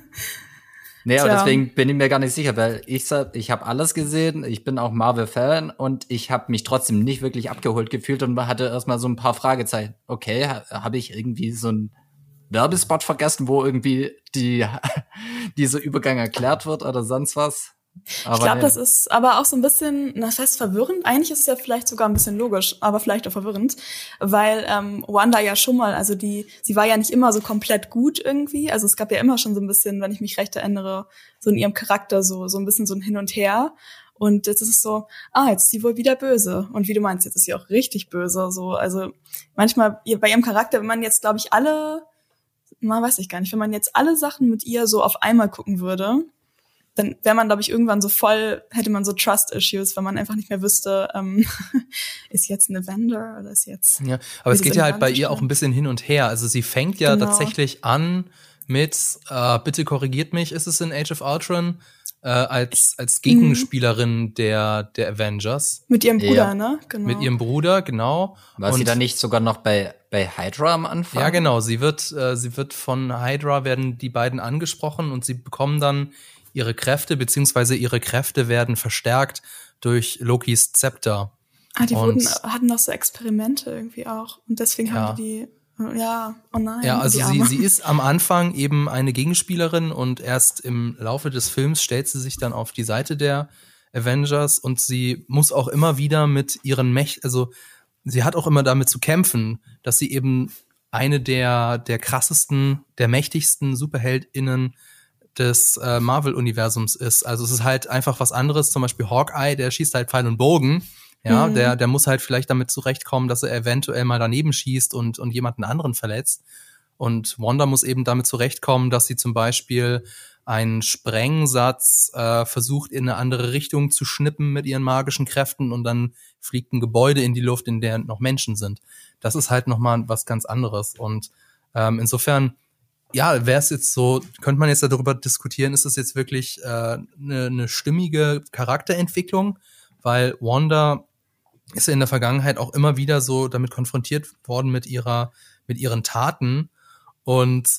Nee, aber Tja. deswegen bin ich mir gar nicht sicher, weil ich sag, ich habe alles gesehen, ich bin auch Marvel-Fan und ich habe mich trotzdem nicht wirklich abgeholt gefühlt und hatte erstmal so ein paar Fragezeichen. Okay, ha, habe ich irgendwie so einen Werbespot vergessen, wo irgendwie die dieser Übergang erklärt wird oder sonst was? Aber Ich glaube, nee. das ist aber auch so ein bisschen, das heißt verwirrend. Eigentlich ist es ja vielleicht sogar ein bisschen logisch, aber vielleicht auch verwirrend, weil ähm, Wanda ja schon mal, also die, sie war ja nicht immer so komplett gut irgendwie. Also es gab ja immer schon so ein bisschen, wenn ich mich recht erinnere, so in ihrem Charakter so so ein bisschen so ein Hin und Her. Und jetzt ist es so, ah, jetzt ist sie wohl wieder böse. Und wie du meinst, jetzt ist sie auch richtig böse. So, also manchmal ihr- bei ihrem Charakter, wenn man jetzt, glaube ich, alle, man weiß ich gar nicht, wenn man jetzt alle Sachen mit ihr so auf einmal gucken würde, dann wäre man, glaube ich, irgendwann so voll, hätte man so Trust-Issues, weil man einfach nicht mehr wüsste, ähm, ist jetzt ein Avenger oder ist jetzt... Ja, aber es Wie geht das ja halt bei Implante ihr auch ein bisschen hin und her. Also sie fängt ja Genau. tatsächlich an mit, äh, bitte korrigiert mich, ist es in Age of Ultron, äh, als als Gegenspielerin der der Avengers Mit ihrem Bruder, Ja. ne? Genau. mit ihrem Bruder, genau. War sie da nicht sogar noch bei bei Hydra am Anfang? Ja, genau. Sie wird, äh, sie wird von Hydra, werden die beiden angesprochen und sie bekommen dann ihre Kräfte, beziehungsweise ihre Kräfte werden verstärkt durch Lokis Zepter. Ah, die und- wurden, hatten noch so Experimente irgendwie auch. Und deswegen Ja. haben die die, ja, oh nein. Ja, also die sie, Arme. sie ist am Anfang eben eine Gegenspielerin und erst im Laufe des Films stellt sie sich dann auf die Seite der Avengers und sie muss auch immer wieder mit ihren Mächten, also sie hat auch immer damit zu kämpfen, dass sie eben eine der, der krassesten, der mächtigsten SuperheldInnen des äh, Marvel-Universums ist. Also es ist halt einfach was anderes. Zum Beispiel Hawkeye, der schießt halt Pfeil und Bogen. Ja, Mhm. der, der muss halt vielleicht damit zurechtkommen, dass er eventuell mal daneben schießt und, und jemanden anderen verletzt. Und Wanda muss eben damit zurechtkommen, dass sie zum Beispiel einen Sprengsatz äh, versucht, in eine andere Richtung zu schnippen mit ihren magischen Kräften und dann fliegt ein Gebäude in die Luft, in der noch Menschen sind. Das ist halt nochmal was ganz anderes. Und ähm, insofern, ja, wäre es jetzt so, könnte man jetzt darüber diskutieren, ist es jetzt wirklich eine äh, ne, ne stimmige Charakterentwicklung, weil Wanda ist ja in der Vergangenheit auch immer wieder so damit konfrontiert worden mit ihrer, mit ihren Taten und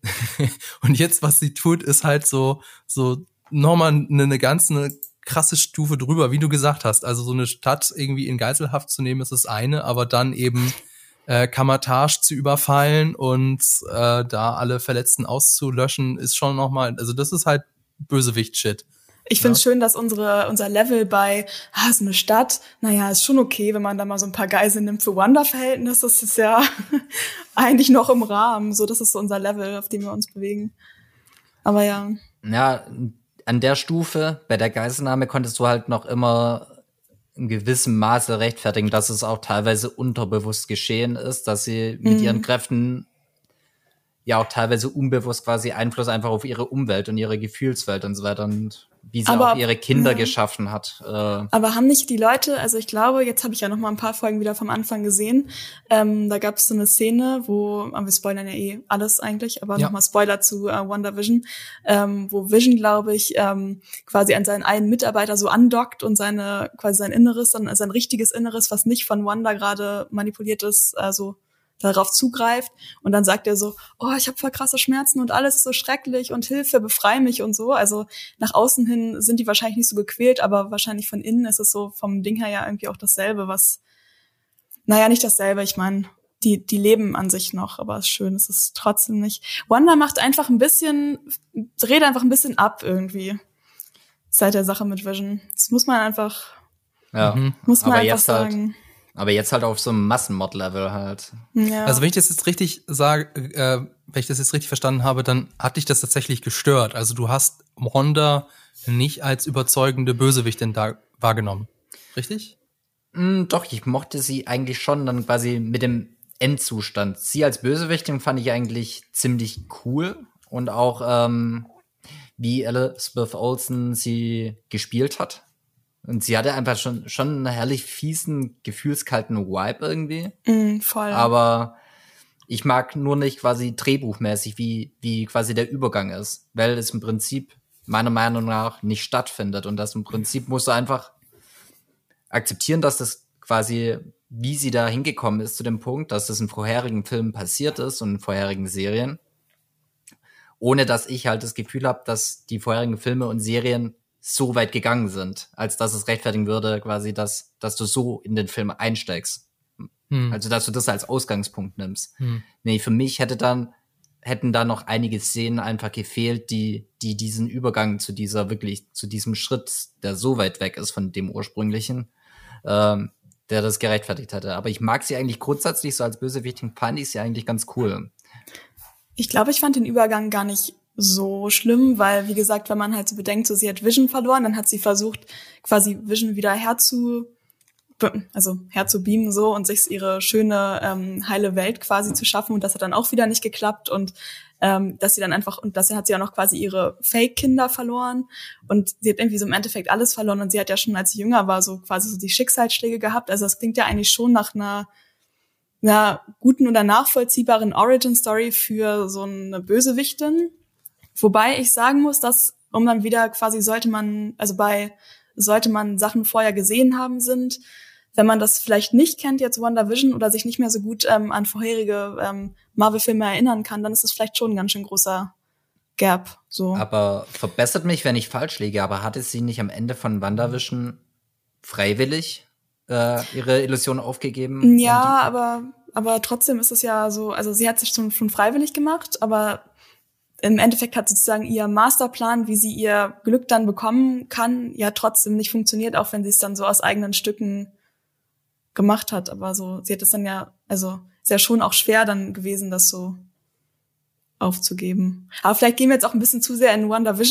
und jetzt, was sie tut, ist halt so, so nochmal eine, eine ganz eine krasse Stufe drüber, wie du gesagt hast. Also so eine Stadt irgendwie in Geiselhaft zu nehmen, ist das eine, aber dann eben äh, Kamar-Taj zu überfallen und äh, da alle Verletzten auszulöschen, ist schon nochmal, also das ist halt Bösewicht-Shit. Ich finde es ja schön, dass unsere unser Level bei, ah, ist eine Stadt, naja, ist schon okay, wenn man da mal so ein paar Geiseln nimmt für Wanda-Verhältnisse, das ist ja eigentlich noch im Rahmen. So, das ist so unser Level, auf dem wir uns bewegen. Aber ja. Ja, an der Stufe, bei der Geiselnahme konntest du halt noch immer in gewissem Maße rechtfertigen, dass es auch teilweise unterbewusst geschehen ist, dass sie mit mhm. ihren Kräften ja auch teilweise unbewusst quasi Einfluss einfach auf ihre Umwelt und ihre Gefühlswelt und so weiter und wie sie aber auch ihre Kinder ja. geschaffen hat. Äh. Aber haben nicht die Leute, also ich glaube, jetzt habe ich ja noch mal ein paar Folgen wieder vom Anfang gesehen, ähm, da gab es so eine Szene, wo, aber wir spoilern ja eh alles eigentlich, aber ja. nochmal Spoiler zu äh, WandaVision, ähm, wo Vision, glaube ich, ähm, quasi an seinen einen Mitarbeiter so andockt und seine quasi sein Inneres, dann sein richtiges Inneres, was nicht von Wanda gerade manipuliert ist, also darauf zugreift und dann sagt er so, oh, ich habe voll krasse Schmerzen und alles ist so schrecklich und Hilfe, befrei mich und so. Also nach außen hin sind die wahrscheinlich nicht so gequält, aber wahrscheinlich von innen ist es so vom Ding her ja irgendwie auch dasselbe, was, naja, nicht dasselbe, ich meine, die die leben an sich noch, aber es ist schön, es ist trotzdem nicht. Wanda macht einfach ein bisschen, dreht einfach ein bisschen ab irgendwie seit der Sache mit Vision. Das muss man einfach, ja, muss man aber einfach jetzt sagen. Halt Aber jetzt halt auf so einem Massenmod-Level halt. Ja. Also wenn ich das jetzt richtig sage, äh, wenn ich das jetzt richtig verstanden habe, dann hat dich das tatsächlich gestört. Also du hast Wanda nicht als überzeugende Bösewichtin da wahrgenommen. Richtig? Mm, doch, ich mochte sie eigentlich schon dann quasi mit dem Endzustand. Sie als Bösewichtin fand ich eigentlich ziemlich cool. Und auch ähm, wie Elizabeth Olsen sie gespielt hat. Und sie hatte einfach schon schon einen herrlich fiesen, gefühlskalten Vibe irgendwie. Mm, voll. Aber ich mag nur nicht quasi drehbuchmäßig, wie wie quasi der Übergang ist. Weil es im Prinzip meiner Meinung nach nicht stattfindet. Und das im Prinzip musst du einfach akzeptieren, dass das quasi, wie sie da hingekommen ist zu dem Punkt, dass das in vorherigen Filmen passiert ist und in vorherigen Serien. Ohne dass ich halt das Gefühl habe, dass die vorherigen Filme und Serien so weit gegangen sind, als dass es rechtfertigen würde, quasi, dass, dass du so in den Film einsteigst. Hm. Also, dass du das als Ausgangspunkt nimmst. Hm. Nee, für mich hätte dann, hätten da noch einige Szenen einfach gefehlt, die, die diesen Übergang zu dieser wirklich, zu diesem Schritt, der so weit weg ist von dem ursprünglichen, ähm, der das gerechtfertigt hätte. Aber ich mag sie eigentlich grundsätzlich, so als Bösewichtin fand ich sie eigentlich ganz cool. Ich glaube, ich fand den Übergang gar nicht so schlimm, weil, wie gesagt, wenn man halt so bedenkt, so sie hat Vision verloren, dann hat sie versucht, quasi Vision wieder herzu, also herzubeamen so und sich ihre schöne, ähm, heile Welt quasi zu schaffen und das hat dann auch wieder nicht geklappt und ähm, dass sie dann einfach, und das hat sie auch noch quasi ihre Fake-Kinder verloren und sie hat irgendwie so im Endeffekt alles verloren und sie hat ja schon, als sie jünger war, so quasi so die Schicksalsschläge gehabt, also das klingt ja eigentlich schon nach einer einer guten oder nachvollziehbaren Origin-Story für so eine Bösewichtin. Wobei ich sagen muss, dass, um dann wieder quasi sollte man, also bei, sollte man Sachen vorher gesehen haben sind, wenn man das vielleicht nicht kennt, jetzt WandaVision, oder sich nicht mehr so gut ähm, an vorherige ähm, Marvel-Filme erinnern kann, dann ist es vielleicht schon ein ganz schön großer Gap. So. Aber verbessert mich, wenn ich falsch liege, aber hatte sie nicht am Ende von WandaVision freiwillig äh, ihre Illusion aufgegeben? Ja, aber aber trotzdem ist es ja so, also sie hat sich schon, schon freiwillig gemacht, aber im Endeffekt hat sozusagen ihr Masterplan, wie sie ihr Glück dann bekommen kann, ja trotzdem nicht funktioniert, auch wenn sie es dann so aus eigenen Stücken gemacht hat. Aber so, sie hat es dann ja, also ist ja schon auch schwer dann gewesen, das so aufzugeben. Aber vielleicht gehen wir jetzt auch ein bisschen zu sehr in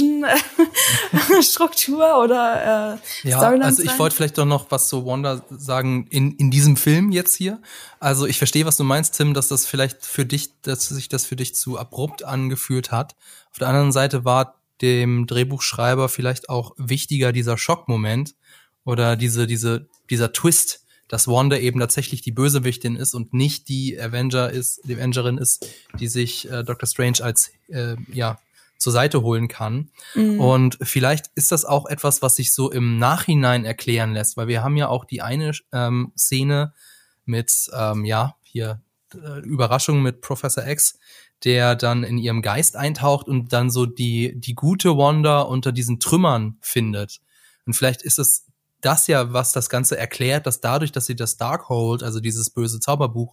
WandaVision-Struktur oder äh, ja, Storylines also ich rein. wollte vielleicht doch noch was zu Wanda sagen in in diesem Film jetzt hier. Also ich verstehe, was du meinst, Tim, dass das vielleicht für dich, dass sich das für dich zu abrupt angefühlt hat. Auf der anderen Seite war dem Drehbuchschreiber vielleicht auch wichtiger dieser Schockmoment oder diese diese dieser Twist, dass Wanda eben tatsächlich die Bösewichtin ist und nicht die Avenger ist, die Avengerin ist, die sich äh, Doctor Strange als äh, ja zur Seite holen kann. Mhm. Und vielleicht ist das auch etwas, was sich so im Nachhinein erklären lässt, weil wir haben ja auch die eine ähm, Szene mit ähm, ja hier äh, Überraschung mit Professor X, der dann in ihrem Geist eintaucht und dann so die die gute Wanda unter diesen Trümmern findet. Und vielleicht ist es das ja, was das Ganze erklärt, dass dadurch, dass sie das Darkhold, also dieses böse Zauberbuch,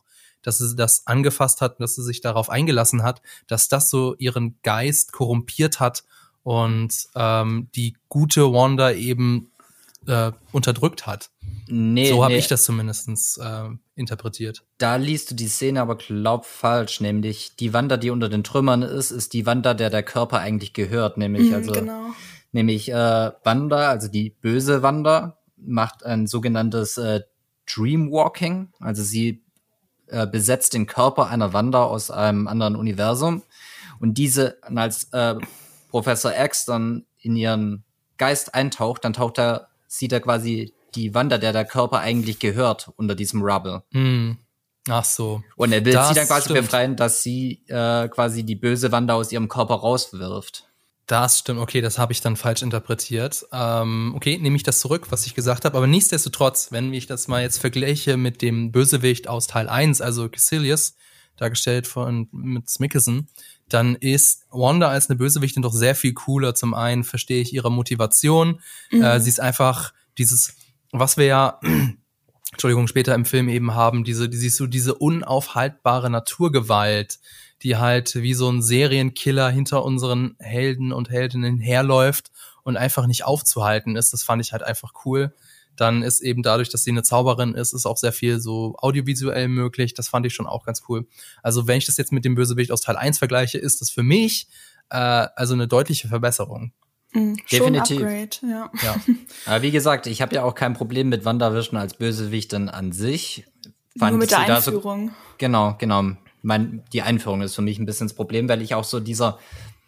dass sie das angefasst hat, dass sie sich darauf eingelassen hat, dass das so ihren Geist korrumpiert hat und ähm, die gute Wanda eben äh, unterdrückt hat. Nee, so habe nee. ich das zumindest äh, interpretiert. Da liest du die Szene aber glaub falsch, nämlich die Wanda, die unter den Trümmern ist, ist die Wanda, der der Körper eigentlich gehört, nämlich Mhm, also genau. nämlich äh, Wanda, also die böse Wanda, macht ein sogenanntes äh, Dreamwalking, also sie äh, besetzt den Körper einer Wanda aus einem anderen Universum und diese, als äh, Professor X dann in ihren Geist eintaucht, dann taucht er, sieht er quasi die Wanda, der der Körper eigentlich gehört, unter diesem Rubble. Mm. Ach so. Und er will Das sie dann quasi stimmt. befreien, dass sie äh, quasi die böse Wanda aus ihrem Körper rauswirft. Das stimmt, okay, das habe ich dann falsch interpretiert. Ähm, okay, nehme ich das zurück, was ich gesagt habe. Aber nichtsdestotrotz, wenn ich das mal jetzt vergleiche mit dem Bösewicht aus Teil eins, also Caecilius, dargestellt von mit Mikkelsen, dann ist Wanda als eine Bösewichtin doch sehr viel cooler. Zum einen verstehe ich ihre Motivation. Mhm. Äh, sie ist einfach dieses, was wir ja, Entschuldigung, später im Film eben haben, diese, die siehst du, diese unaufhaltbare Naturgewalt, die halt wie so ein Serienkiller hinter unseren Helden und Heldinnen herläuft und einfach nicht aufzuhalten ist. Das fand ich halt einfach cool. Dann ist eben dadurch, dass sie eine Zauberin ist, ist auch sehr viel so audiovisuell möglich. Das fand ich schon auch ganz cool. Also wenn ich das jetzt mit dem Bösewicht aus Teil eins vergleiche, ist das für mich äh, also eine deutliche Verbesserung. Mhm, Definitiv. Schon Upgrade, ja. Ja. Aber wie gesagt, ich habe ja auch kein Problem mit WandaVision als Bösewichtin an sich. Nur mit der sie da so- Einführung. Genau, genau. Mein, die Einführung ist für mich ein bisschen das Problem, weil ich auch so dieser,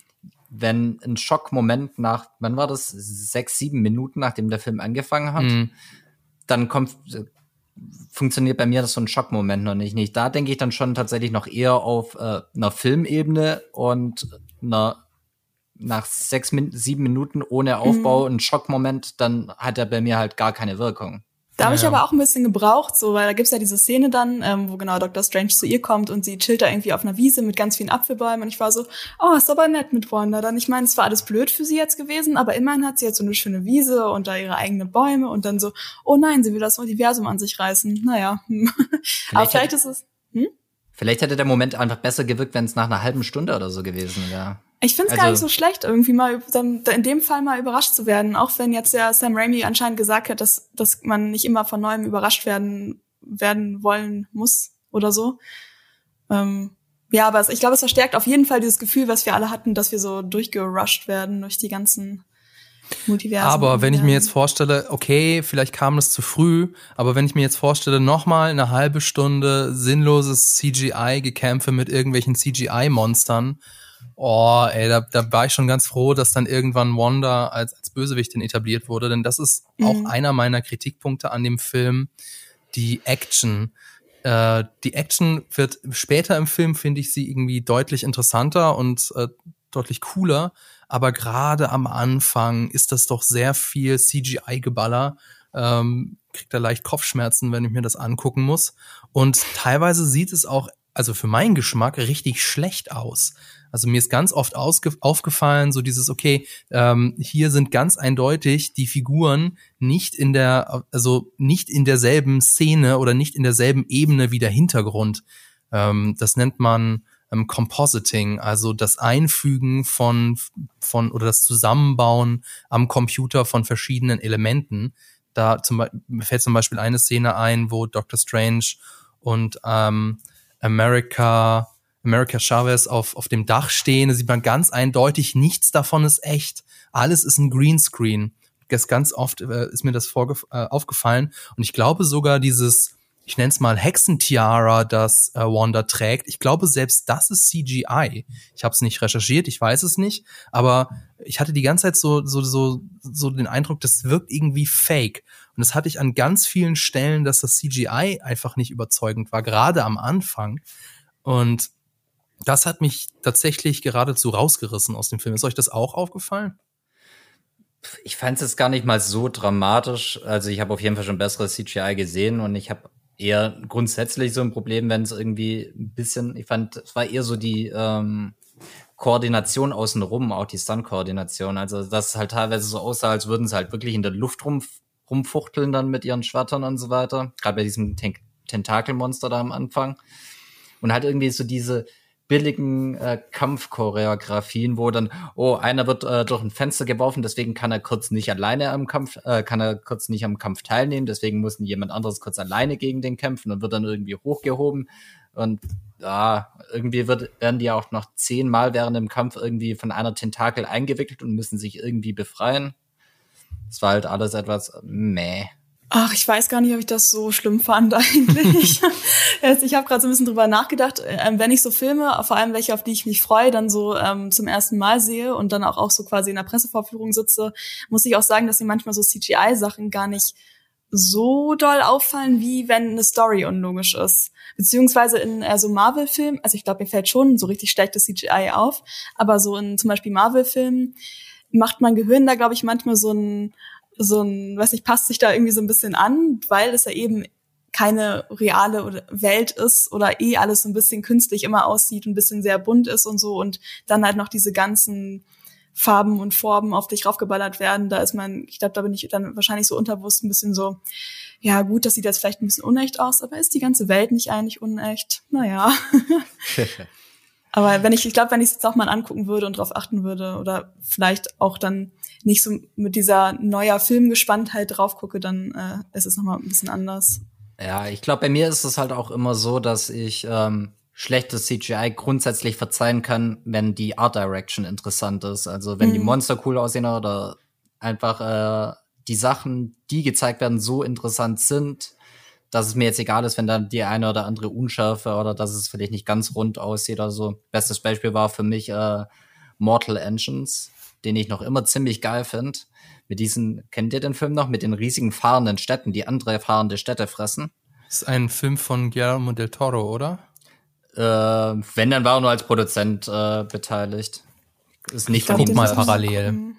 wenn ein Schockmoment nach, wann war das, sechs, sieben Minuten, nachdem der Film angefangen hat, Mhm. dann kommt, äh, funktioniert bei mir das so ein Schockmoment noch nicht. nicht. Da denke ich dann schon tatsächlich noch eher auf äh, einer Filmebene und einer, nach sechs, Min- sieben Minuten ohne Aufbau, ein Schockmoment, dann hat er bei mir halt gar keine Wirkung. Da habe ich Ja, ja. aber auch ein bisschen gebraucht, so, weil da gibt's ja diese Szene dann, ähm, wo genau Doktor Strange zu ihr kommt und sie chillt da irgendwie auf einer Wiese mit ganz vielen Apfelbäumen und ich war so, oh, ist aber nett mit Wanda. Dann, ich meine, es war alles blöd für sie jetzt gewesen, aber immerhin hat sie jetzt so eine schöne Wiese und da ihre eigenen Bäume und dann so, oh nein, sie will das Universum an sich reißen. Naja, hm. aber vielleicht ist es, hm? Vielleicht hätte der Moment einfach besser gewirkt, wenn es nach einer halben Stunde oder so gewesen wäre. Ich find's Also- gar nicht so schlecht, irgendwie mal dann in dem Fall mal überrascht zu werden, auch wenn jetzt der Sam Raimi anscheinend gesagt hat, dass dass man nicht immer von neuem überrascht werden werden wollen muss oder so. Ähm, ja, aber es, ich glaube, es verstärkt auf jeden Fall dieses Gefühl, was wir alle hatten, dass wir so durchgerusht werden durch die ganzen Multiversen. Aber wenn ich mir jetzt vorstelle, okay, vielleicht kam es zu früh, aber wenn ich mir jetzt vorstelle, nochmal eine halbe Stunde sinnloses C G I-Gekämpfe mit irgendwelchen C G I-Monstern, oh, ey, da, da war ich schon ganz froh, dass dann irgendwann Wanda als, als Bösewichtin etabliert wurde, denn das ist auch Mhm. einer meiner Kritikpunkte an dem Film, die Action. Äh, die Action wird später im Film, finde ich, sie irgendwie deutlich interessanter und äh, deutlich cooler, aber gerade am Anfang ist das doch sehr viel C G I-Geballer. Ähm, kriegt da leicht Kopfschmerzen, wenn ich mir das angucken muss. Und teilweise sieht es auch, also für meinen Geschmack, richtig schlecht aus. Also mir ist ganz oft ausge- aufgefallen, so dieses, okay, ähm, hier sind ganz eindeutig die Figuren nicht in der, also nicht in derselben Szene oder nicht in derselben Ebene wie der Hintergrund. Ähm, das nennt man ähm, Compositing, also das Einfügen von, von oder das Zusammenbauen am Computer von verschiedenen Elementen. Da zum Beispiel, mir fällt zum Beispiel eine Szene ein, wo Doctor Strange und ähm, America America Chavez auf, auf dem Dach stehen, da sieht man ganz eindeutig, nichts davon ist echt. Alles ist ein Greenscreen. Das ganz oft äh, ist mir das vorgef- äh, aufgefallen. Und ich glaube sogar dieses, ich nenne es mal Hexentiara, das äh, Wanda trägt, ich glaube selbst das ist C G I. Ich habe es nicht recherchiert, ich weiß es nicht, aber ich hatte die ganze Zeit so, so, so, so den Eindruck, das wirkt irgendwie fake. Und das hatte ich an ganz vielen Stellen, dass das C G I einfach nicht überzeugend war, gerade am Anfang. Und das hat mich tatsächlich geradezu rausgerissen aus dem Film. Ist euch das auch aufgefallen? Ich fand es jetzt gar nicht mal so dramatisch. Also ich habe auf jeden Fall schon besseres C G I gesehen und ich habe eher grundsätzlich so ein Problem, wenn es irgendwie ein bisschen, ich fand, es war eher so die ähm, Koordination außenrum, auch die Stunt-Koordination. Also dass es halt teilweise so aussah, als würden sie halt wirklich in der Luft rum, rumfuchteln dann mit ihren Schwertern und so weiter. Gerade bei diesem Ten- Tentakelmonster da am Anfang. Und halt irgendwie so diese billigen äh, Kampfchoreografien, wo dann, oh, einer wird äh, durch ein Fenster geworfen, deswegen kann er kurz nicht alleine am Kampf, äh, kann er kurz nicht am Kampf teilnehmen, deswegen muss jemand anderes kurz alleine gegen den kämpfen und wird dann irgendwie hochgehoben. Und ja, irgendwie wird, werden die auch noch zehnmal während dem Kampf irgendwie von einer Tentakel eingewickelt und müssen sich irgendwie befreien. Das war halt alles etwas meh. Ach, ich weiß gar nicht, ob ich das so schlimm fand eigentlich. Ich habe gerade so ein bisschen drüber nachgedacht, wenn ich so Filme, vor allem welche, auf die ich mich freue, dann so ähm, zum ersten Mal sehe und dann auch, auch so quasi in der Pressevorführung sitze, muss ich auch sagen, dass mir manchmal so C G I-Sachen gar nicht so doll auffallen, wie wenn eine Story unlogisch ist. Beziehungsweise in äh, so Marvel-Filmen, also ich glaube, mir fällt schon so richtig schlechtes C G I auf, aber so in zum Beispiel Marvel-Filmen macht mein Gehirn da, glaube ich, manchmal so ein so ein, weiß nicht, passt sich da irgendwie so ein bisschen an, weil es ja eben keine reale Welt ist oder eh alles so ein bisschen künstlich immer aussieht und ein bisschen sehr bunt ist und so und dann halt noch diese ganzen Farben und Formen auf dich raufgeballert werden. Da ist man, ich glaube, da bin ich dann wahrscheinlich so unterbewusst ein bisschen so, ja gut, das sieht jetzt vielleicht ein bisschen unecht aus, aber ist die ganze Welt nicht eigentlich unecht? Naja. Aber wenn ich, ich glaube, wenn ich es jetzt auch mal angucken würde und drauf achten würde oder vielleicht auch dann nicht so mit dieser neuer Filmgespanntheit drauf gucke, dann äh, ist es nochmal ein bisschen anders. Ja, ich glaube, bei mir ist es halt auch immer so, dass ich ähm, schlechtes C G I grundsätzlich verzeihen kann, wenn die Art Direction interessant ist. Also wenn mhm. die Monster cool aussehen oder einfach äh, die Sachen, die gezeigt werden, so interessant sind, dass es mir jetzt egal ist, wenn dann die eine oder andere Unschärfe oder dass es vielleicht nicht ganz rund aussieht oder so. Bestes Beispiel war für mich äh, Mortal Engines, den ich noch immer ziemlich geil finde. Mit diesen, kennt ihr den Film noch? Mit den riesigen fahrenden Städten, die andere fahrende Städte fressen. Das ist ein Film von Guillermo del Toro, oder? Äh, wenn, dann war er nur als Produzent äh, beteiligt. Ist nicht ich guck mal parallel.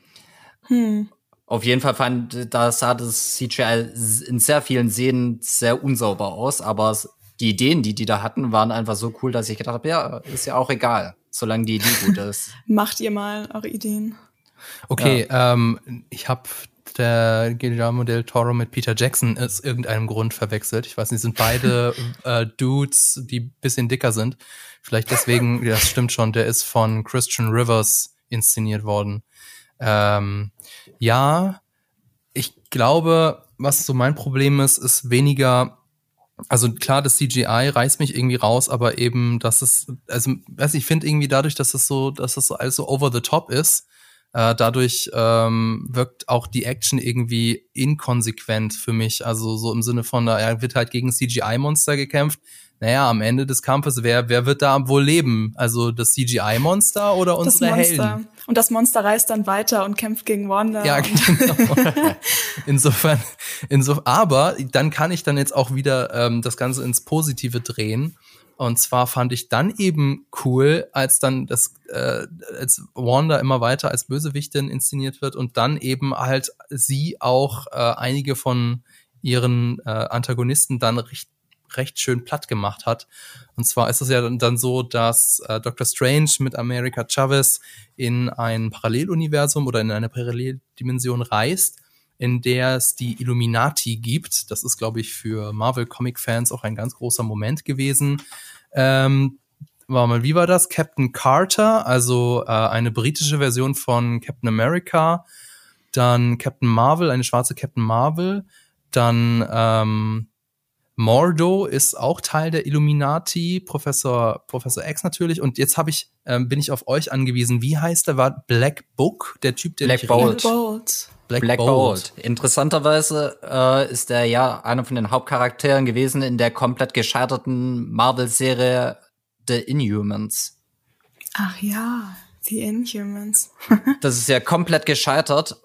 Hm. Auf jeden Fall fand, da sah das C G I in sehr vielen Szenen sehr unsauber aus, aber die Ideen, die die da hatten, waren einfach so cool, dass ich gedacht habe, ja, ist ja auch egal, solange die Idee gut ist. Macht ihr mal eure Ideen. Okay, ja. ähm, ich habe der Guillermo del Toro mit Peter Jackson aus irgendeinem Grund verwechselt. Ich weiß nicht, sind beide äh, Dudes, die bisschen dicker sind. Vielleicht deswegen, das stimmt schon, der ist von Christian Rivers inszeniert worden. Ähm, ja, ich glaube, was so mein Problem ist, ist weniger, also klar, das C G I reißt mich irgendwie raus, aber eben, dass es, also, weiß ich, finde irgendwie dadurch, dass es so, dass es so alles so over the top ist, äh, dadurch ähm, wirkt auch die Action irgendwie inkonsequent für mich, also so im Sinne von, naja, wird halt gegen C G I-Monster gekämpft. Naja, am Ende des Kampfes, wer wer wird da wohl leben? Also das C G I-Monster oder unsere das Monster. Helden? Und das Monster reist dann weiter und kämpft gegen Wanda. Ja, genau. Insofern, insofern, aber dann kann ich dann jetzt auch wieder ähm, das Ganze ins Positive drehen. Und zwar fand ich dann eben cool, als dann das, äh, als Wanda immer weiter als Bösewichtin inszeniert wird und dann eben halt sie auch äh, einige von ihren äh, Antagonisten dann richtig recht schön platt gemacht hat. Und zwar ist es ja dann so, dass äh, Doctor Strange mit America Chavez in ein Paralleluniversum oder in eine Paralleldimension reist, in der es die Illuminati gibt. Das ist, glaube ich, für Marvel-Comic-Fans auch ein ganz großer Moment gewesen. Ähm, war mal, wie war das? Captain Carter, also äh, eine britische Version von Captain America, dann Captain Marvel, eine schwarze Captain Marvel, dann ähm, Mordo ist auch Teil der Illuminati, Professor Professor X natürlich. Und jetzt habe ich ähm, bin ich auf euch angewiesen. Wie heißt der? War Black Book, der Typ, der Black Bolt. Black Bolt. Black, Black Bolt. Bolt. Interessanterweise äh, ist er ja einer von den Hauptcharakteren gewesen in der komplett gescheiterten Marvel-Serie The Inhumans. Ach ja, The Inhumans. Das ist ja komplett gescheitert.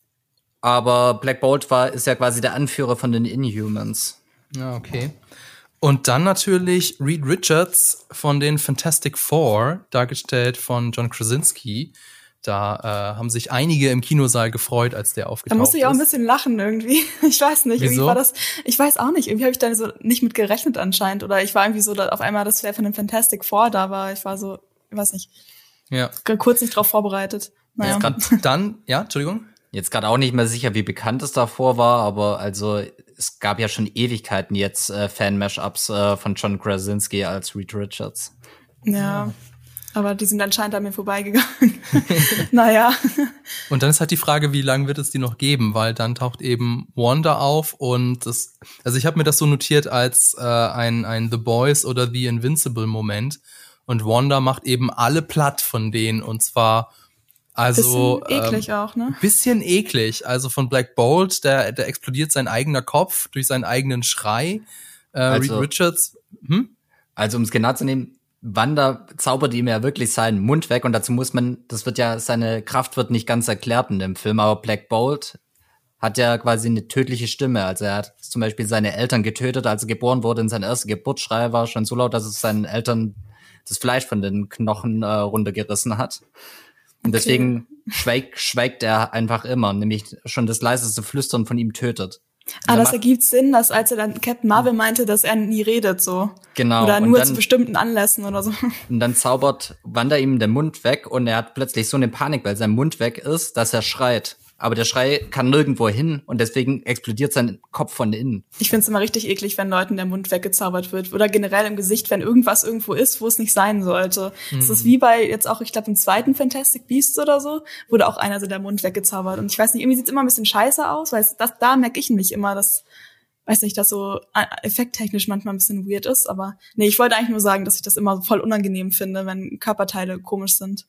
Aber Black Bolt war ist ja quasi der Anführer von den Inhumans. Ja, okay. Und dann natürlich Reed Richards von den Fantastic Four, dargestellt von John Krasinski. Da äh, haben sich einige im Kinosaal gefreut, als der aufgetaucht ist. Da musste ich auch ein bisschen lachen irgendwie. Ich weiß nicht, Wieso? Irgendwie war das, ich weiß auch nicht, irgendwie habe ich da so nicht mit gerechnet anscheinend. Oder ich war irgendwie so, dass auf einmal, dass wer von den Fantastic Four da war. Ich war so, ich weiß nicht, ja. kurz nicht drauf vorbereitet. Naja. Ja, dann, ja, Entschuldigung. Jetzt gerade auch nicht mehr sicher, wie bekannt es davor war, aber also es gab ja schon Ewigkeiten jetzt äh, Fan-Mash-Ups äh, von John Krasinski als Reed Richards. Ja, ja. Aber die sind anscheinend an mir vorbeigegangen. Naja. Und dann ist halt die Frage, wie lange wird es die noch geben? Weil dann taucht eben Wanda auf und das, also ich habe mir das so notiert als äh, ein, ein The Boys oder The Invincible-Moment. Und Wanda macht eben alle platt von denen und zwar also bisschen eklig ähm, auch, ne? Bisschen eklig. Also von Black Bolt, der, der explodiert sein eigener Kopf durch seinen eigenen Schrei. Äh, also, Reed Richards. Hm? Also um es genau zu nehmen, Wanda zaubert ihm ja wirklich seinen Mund weg und dazu muss man, das wird ja, seine Kraft wird nicht ganz erklärt in dem Film, aber Black Bolt hat ja quasi eine tödliche Stimme. Also er hat zum Beispiel seine Eltern getötet, als er geboren wurde, in sein erster Geburtsschrei war schon so laut, dass es seinen Eltern das Fleisch von den Knochen äh, runtergerissen hat. Und deswegen okay. schweigt, schweigt er einfach immer, nämlich schon das leiseste Flüstern von ihm tötet. Ah, das ergibt Sinn, dass als er dann Captain Marvel meinte, dass er nie redet, so. Genau. Oder nur dann, zu bestimmten Anlässen oder so. Und dann zaubert Wanda ihm den Mund weg und er hat plötzlich so eine Panik, weil sein Mund weg ist, dass er schreit. Aber der Schrei kann nirgendwo hin und deswegen explodiert sein Kopf von innen. Ich find's immer richtig eklig, wenn Leuten der Mund weggezaubert wird. Oder generell im Gesicht, wenn irgendwas irgendwo ist, wo es nicht sein sollte. Mhm. Das ist wie bei jetzt auch, ich glaube, im zweiten Fantastic Beasts oder so, wurde auch einer so der Mund weggezaubert. Und ich weiß nicht, irgendwie sieht's immer ein bisschen scheiße aus, weil das, da merke ich mich immer, dass, weiß nicht, dass so effekttechnisch manchmal ein bisschen weird ist. Aber nee, ich wollte eigentlich nur sagen, dass ich das immer voll unangenehm finde, wenn Körperteile komisch sind.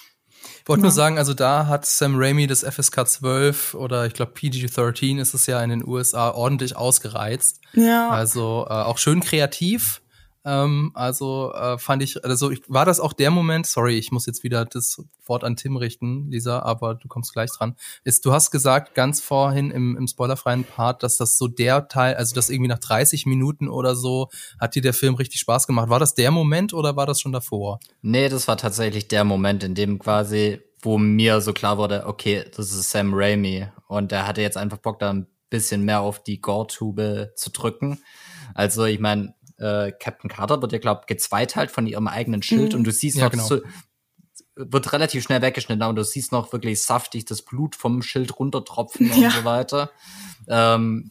Ich wollte ja. nur sagen, also da hat Sam Raimi das F S K zwölf oder ich glaube P G dreizehn ist es ja in den U S A ordentlich ausgereizt. Ja. Also äh, auch schön kreativ. Ähm, also äh, fand ich, also ich, war das auch der Moment, sorry, ich muss jetzt wieder das Wort an Tim richten, Lisa, aber du kommst gleich dran. Ist, du hast gesagt, ganz vorhin im, im spoilerfreien Part, dass das so der Teil, also das irgendwie nach dreißig Minuten oder so, hat dir der Film richtig Spaß gemacht. War das der Moment oder war das schon davor? Nee, das war tatsächlich der Moment, in dem quasi, wo mir so klar wurde, okay, das ist Sam Raimi und er hatte jetzt einfach Bock, da ein bisschen mehr auf die Gore-Tube zu drücken. Also ich meine, äh, Captain Carter wird ja, glaube ich, gezweiteilt von ihrem eigenen Schild mhm. und du siehst ja, noch genau. so, wird relativ schnell weggeschnitten, aber du siehst noch wirklich saftig das Blut vom Schild runtertropfen ja. und so weiter. Ähm,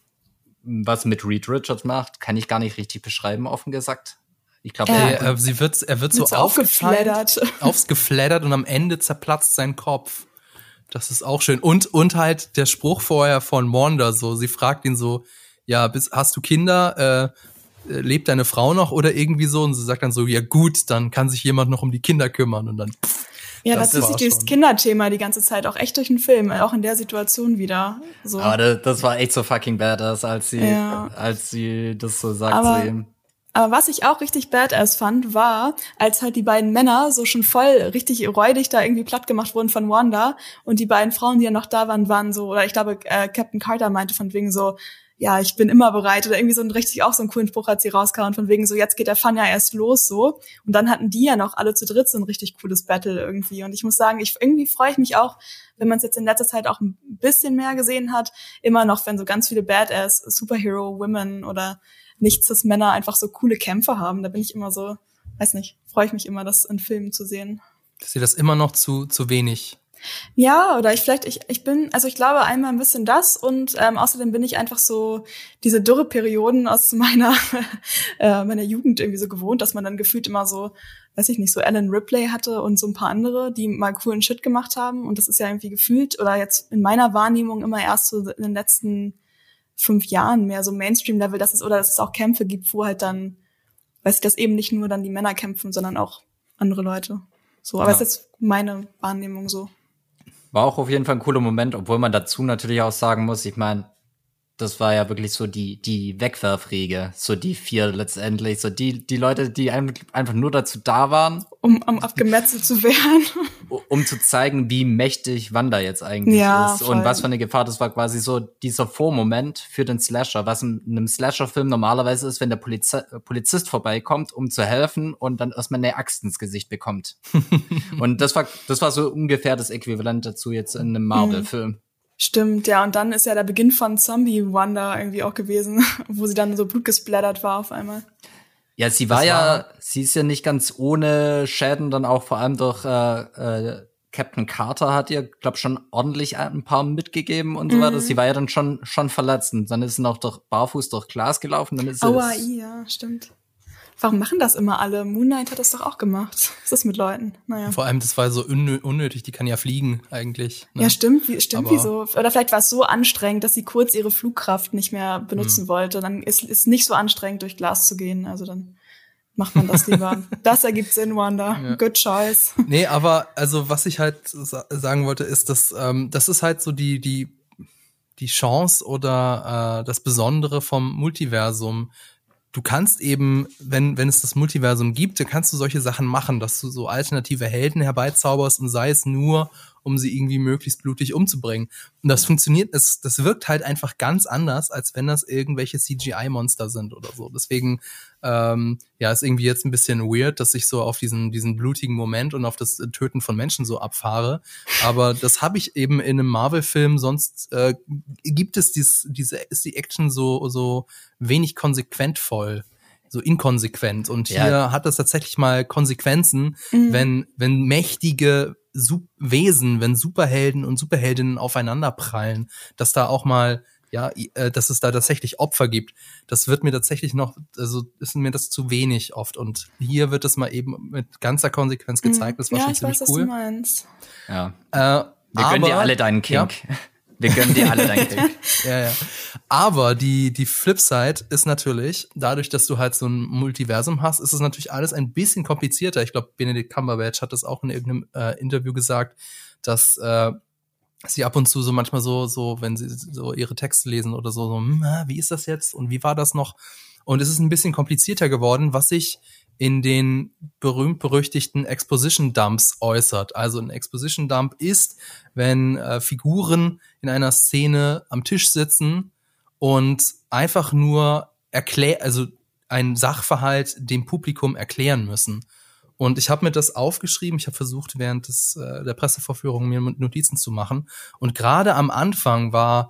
was mit Reed Richards macht, kann ich gar nicht richtig beschreiben, offen gesagt. Ich glaube, äh, äh, sie wird, er wird so aufgeflattert, aufgeflattert und am Ende zerplatzt sein Kopf. Das ist auch schön. Und und halt der Spruch vorher von Wanda so, sie fragt ihn so, ja, bist, hast du Kinder? Äh, lebt deine Frau noch oder irgendwie so? Und sie sagt dann so, ja gut, dann kann sich jemand noch um die Kinder kümmern und dann pff, ja, das, das ist dieses Kinderthema die ganze Zeit auch echt durch den Film, auch in der Situation wieder. So. Aber das, das war echt so fucking badass, als sie, ja. als sie das so sagt aber, zu ihm. Aber was ich auch richtig badass fand, war, als halt die beiden Männer so schon voll richtig räudig da irgendwie platt gemacht wurden von Wanda und die beiden Frauen, die ja noch da waren, waren so, oder ich glaube, äh, Captain Carter meinte von wegen so, ja, ich bin immer bereit oder irgendwie so ein richtig auch so einen coolen Spruch hat sie rausgehauen von wegen so, jetzt geht der Fun ja erst los so und dann hatten die ja noch alle zu dritt so ein richtig cooles Battle irgendwie und ich muss sagen, ich irgendwie freue ich mich auch, wenn man es jetzt in letzter Zeit auch ein bisschen mehr gesehen hat, immer noch, wenn so ganz viele Badass Superhero Women oder Nichtscis-Männer einfach so coole Kämpfe haben, da bin ich immer so, weiß nicht, freue ich mich immer, das in Filmen zu sehen. Dass sie das immer noch zu zu wenig. Ja, oder ich vielleicht, ich ich bin, also ich glaube einmal ein bisschen das und ähm, außerdem bin ich einfach so diese Dürreperioden aus meiner äh, meiner Jugend irgendwie so gewohnt, dass man dann gefühlt immer so, weiß ich nicht, so Ellen Ripley hatte und so ein paar andere, die mal coolen Shit gemacht haben und das ist ja irgendwie gefühlt oder jetzt in meiner Wahrnehmung immer erst so in den letzten fünf Jahren mehr so Mainstream-Level, dass es oder dass es auch Kämpfe gibt, wo halt dann, weiß ich, dass eben nicht nur dann die Männer kämpfen, sondern auch andere Leute. So, aber es ja. ist jetzt meine Wahrnehmung so. War auch auf jeden Fall ein cooler Moment, obwohl man dazu natürlich auch sagen muss, ich meine, das war ja wirklich so die die Wegwerfriege, so die vier letztendlich, so die die Leute, die einfach nur dazu da waren, um, um abgemetzelt zu werden. Um zu zeigen, wie mächtig Wanda jetzt eigentlich ja, ist voll. und was für eine Gefahr. Das war quasi so dieser Vormoment für den Slasher, was in einem Slasher-Film normalerweise ist, wenn der Poliz- Polizist vorbeikommt, um zu helfen und dann erstmal eine Axt ins Gesicht bekommt. Und das war das war so ungefähr das Äquivalent dazu jetzt in einem Marvel-Film. Stimmt, ja, und dann ist ja der Beginn von Zombie Wanda irgendwie auch gewesen, wo sie dann so blutgesplattert war auf einmal. Ja, sie war, war ja, sie ist ja nicht ganz ohne Schäden dann auch vor allem durch äh, äh, Captain Carter hat ihr, glaub schon ordentlich ein paar mitgegeben und so weiter. Sie war ja dann schon schon verletzt. Und dann ist sie noch durch, barfuß durch Glas gelaufen. Dann ist sie Aua, ja, stimmt. Warum machen das immer alle? Moon Knight hat das doch auch gemacht. Was ist mit Leuten? Naja. Vor allem, das war so unnö- unnötig. Die kann ja fliegen eigentlich. Ne? Ja, stimmt. Wie, stimmt, Aber wieso? Oder vielleicht war es so anstrengend, dass sie kurz ihre Flugkraft nicht mehr benutzen hm. wollte. Dann ist es nicht so anstrengend, durch Glas zu gehen. Also dann macht man das lieber. Das ergibt Sinn, Wanda. Ja. Good choice. Nee, aber also was ich halt sa- sagen wollte, ist, dass ähm, das ist halt so die die die Chance oder äh, das Besondere vom Multiversum. Du kannst eben, wenn wenn es das Multiversum gibt, dann kannst du solche Sachen machen, dass du so alternative Helden herbeizauberst und sei es nur, um sie irgendwie möglichst blutig umzubringen. Und das funktioniert, es, das wirkt halt einfach ganz anders, als wenn das irgendwelche C G I-Monster sind oder so. Deswegen, ähm, ja, ist irgendwie jetzt ein bisschen weird, dass ich so auf diesen diesen blutigen Moment und auf das Töten von Menschen so abfahre. Aber das habe ich eben in einem Marvel-Film, sonst äh, gibt es dies, diese, ist die Action so so wenig konsequent voll. So inkonsequent. Und hier ja. hat das tatsächlich mal Konsequenzen, mhm. wenn wenn mächtige Sup- Wesen, wenn Superhelden und Superheldinnen aufeinander prallen, dass da auch mal, ja, äh, dass es da tatsächlich Opfer gibt. Das wird mir tatsächlich noch, also ist mir das zu wenig oft. Und hier wird es mal eben mit ganzer Konsequenz gezeigt. Das war ja, schon ich ziemlich weiß, cool. Was du meinst. Ja. Äh, Wir gönnen dir alle deinen Kink. Ja. Wir gönnen dir alle deinen Kink. ja, ja. Aber die, die Flipside ist natürlich, dadurch, dass du halt so ein Multiversum hast, ist es natürlich alles ein bisschen komplizierter. Ich glaube, Benedict Cumberbatch hat das auch in irgendeinem äh, Interview gesagt, dass äh, sie ab und zu so manchmal so, so, wenn sie so ihre Texte lesen oder so, so, hm, wie ist das jetzt und wie war das noch? Und es ist ein bisschen komplizierter geworden, was sich in den berühmt-berüchtigten Exposition-Dumps äußert. Also ein Exposition-Dump ist, wenn äh, Figuren in einer Szene am Tisch sitzen und einfach nur erklär, also einen Sachverhalt dem Publikum erklären müssen. Und ich habe mir das aufgeschrieben, ich habe versucht, während des, äh, der Pressevorführung mir Notizen zu machen. Und gerade am Anfang war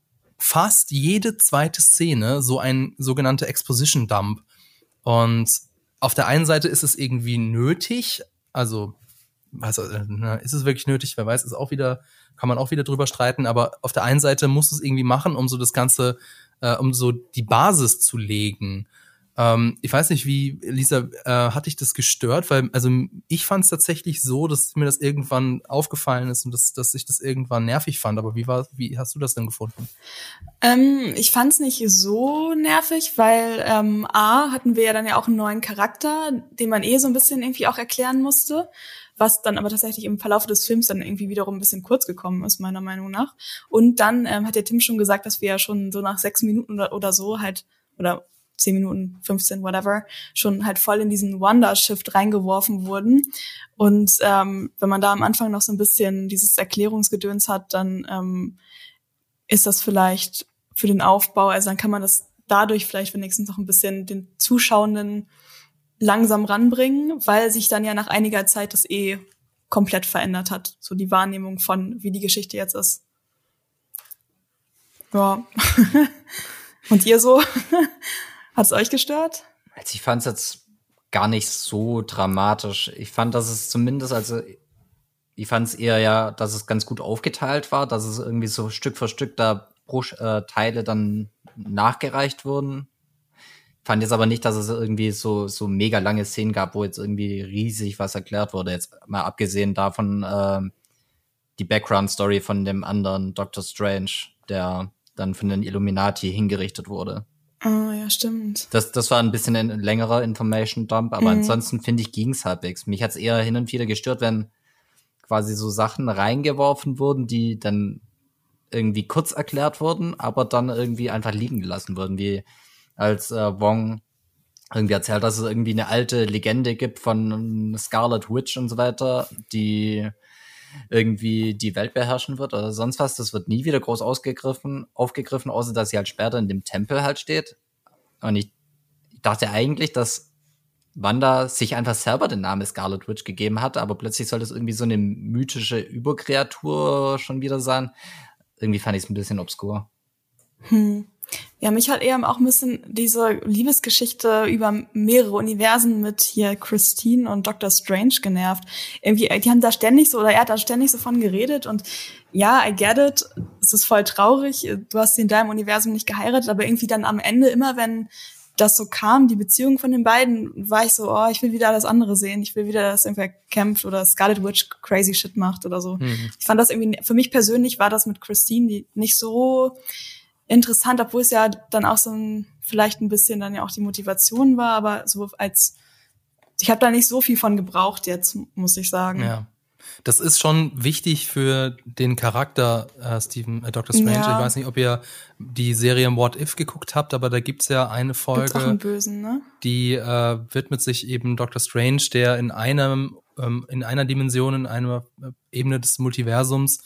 fast jede zweite Szene so ein sogenannter Exposition-Dump. Und auf der einen Seite ist es irgendwie nötig, also also, ist es wirklich nötig, wer weiß, ist auch wieder, kann man auch wieder drüber streiten, aber auf der einen Seite muss es irgendwie machen, um so das Ganze, äh, um so die Basis zu legen. Ähm, ich weiß nicht, wie, Lisa, äh, hat dich das gestört? Weil, also ich fand es tatsächlich so, dass mir das irgendwann aufgefallen ist und dass, dass ich das irgendwann nervig fand, aber wie war, wie hast du das denn gefunden? Ähm, ich fand es nicht so nervig, weil ähm, A, hatten wir ja dann ja auch einen neuen Charakter, den man eh so ein bisschen irgendwie auch erklären musste, was dann aber tatsächlich im Verlauf des Films dann irgendwie wiederum ein bisschen kurz gekommen ist, meiner Meinung nach. Und dann ähm, hat der Tim schon gesagt, dass wir ja schon so nach sechs Minuten oder, oder so halt, oder zehn Minuten, fünfzehn, whatever, schon halt voll in diesen Wonder-Shift reingeworfen wurden. Und ähm, wenn man da am Anfang noch so ein bisschen dieses Erklärungsgedöns hat, dann ähm, ist das vielleicht für den Aufbau, also dann kann man das dadurch vielleicht wenigstens noch ein bisschen den Zuschauenden langsam ranbringen, weil sich dann ja nach einiger Zeit das eh komplett verändert hat, so die Wahrnehmung von, wie die Geschichte jetzt ist. Ja. Und ihr so? Hat's euch gestört? Also ich fand's jetzt gar nicht so dramatisch. Ich fand, dass es zumindest, also ich fand's eher ja, dass es ganz gut aufgeteilt war, dass es irgendwie so Stück für Stück da pro äh, Teile dann nachgereicht wurden. Fand jetzt aber nicht, dass es irgendwie so so mega lange Szenen gab, wo jetzt irgendwie riesig was erklärt wurde. Jetzt mal abgesehen davon äh, die Background-Story von dem anderen Doctor Strange, der dann von den Illuminati hingerichtet wurde. Ah, ja, stimmt. Das das war ein bisschen ein längerer Information-Dump, aber mhm. ansonsten finde ich, ging's halbwegs. Mich hat's eher hin und wieder gestört, wenn quasi so Sachen reingeworfen wurden, die dann irgendwie kurz erklärt wurden, aber dann irgendwie einfach liegen gelassen wurden, wie als äh, Wong irgendwie erzählt, dass es irgendwie eine alte Legende gibt von Scarlet Witch und so weiter, die irgendwie die Welt beherrschen wird oder sonst was. Das wird nie wieder groß ausgegriffen, aufgegriffen, außer dass sie halt später in dem Tempel halt steht. Und ich dachte eigentlich, dass Wanda sich einfach selber den Namen Scarlet Witch gegeben hat, aber plötzlich soll das irgendwie so eine mythische Überkreatur schon wieder sein. Irgendwie fand ich es ein bisschen obskur. Hm. Ja, mich hat eher auch ein bisschen diese Liebesgeschichte über mehrere Universen mit hier Christine und Doctor Strange genervt. Irgendwie, die haben da ständig so, oder er hat da ständig so von geredet und ja, I get it, es ist voll traurig, du hast sie in deinem Universum nicht geheiratet, aber irgendwie dann am Ende immer, wenn das so kam, die Beziehung von den beiden, war ich so, oh, ich will wieder das andere sehen, ich will wieder, dass irgendwer kämpft oder Scarlet Witch crazy shit macht oder so. Mhm. Ich fand das irgendwie, für mich persönlich war das mit Christine die nicht so interessant, obwohl es ja dann auch so ein, vielleicht ein bisschen dann ja auch die Motivation war, aber so als, ich habe da nicht so viel von gebraucht jetzt, muss ich sagen. Ja. Das ist schon wichtig für den Charakter äh, Stephen, äh, Doctor Strange. Ja. Ich weiß nicht, ob ihr die Serie What If geguckt habt, aber da gibt's ja eine Folge, auch einen Bösen, ne? die äh, widmet sich eben Doctor Strange, der in einem ähm, in einer Dimension, in einer Ebene des Multiversums,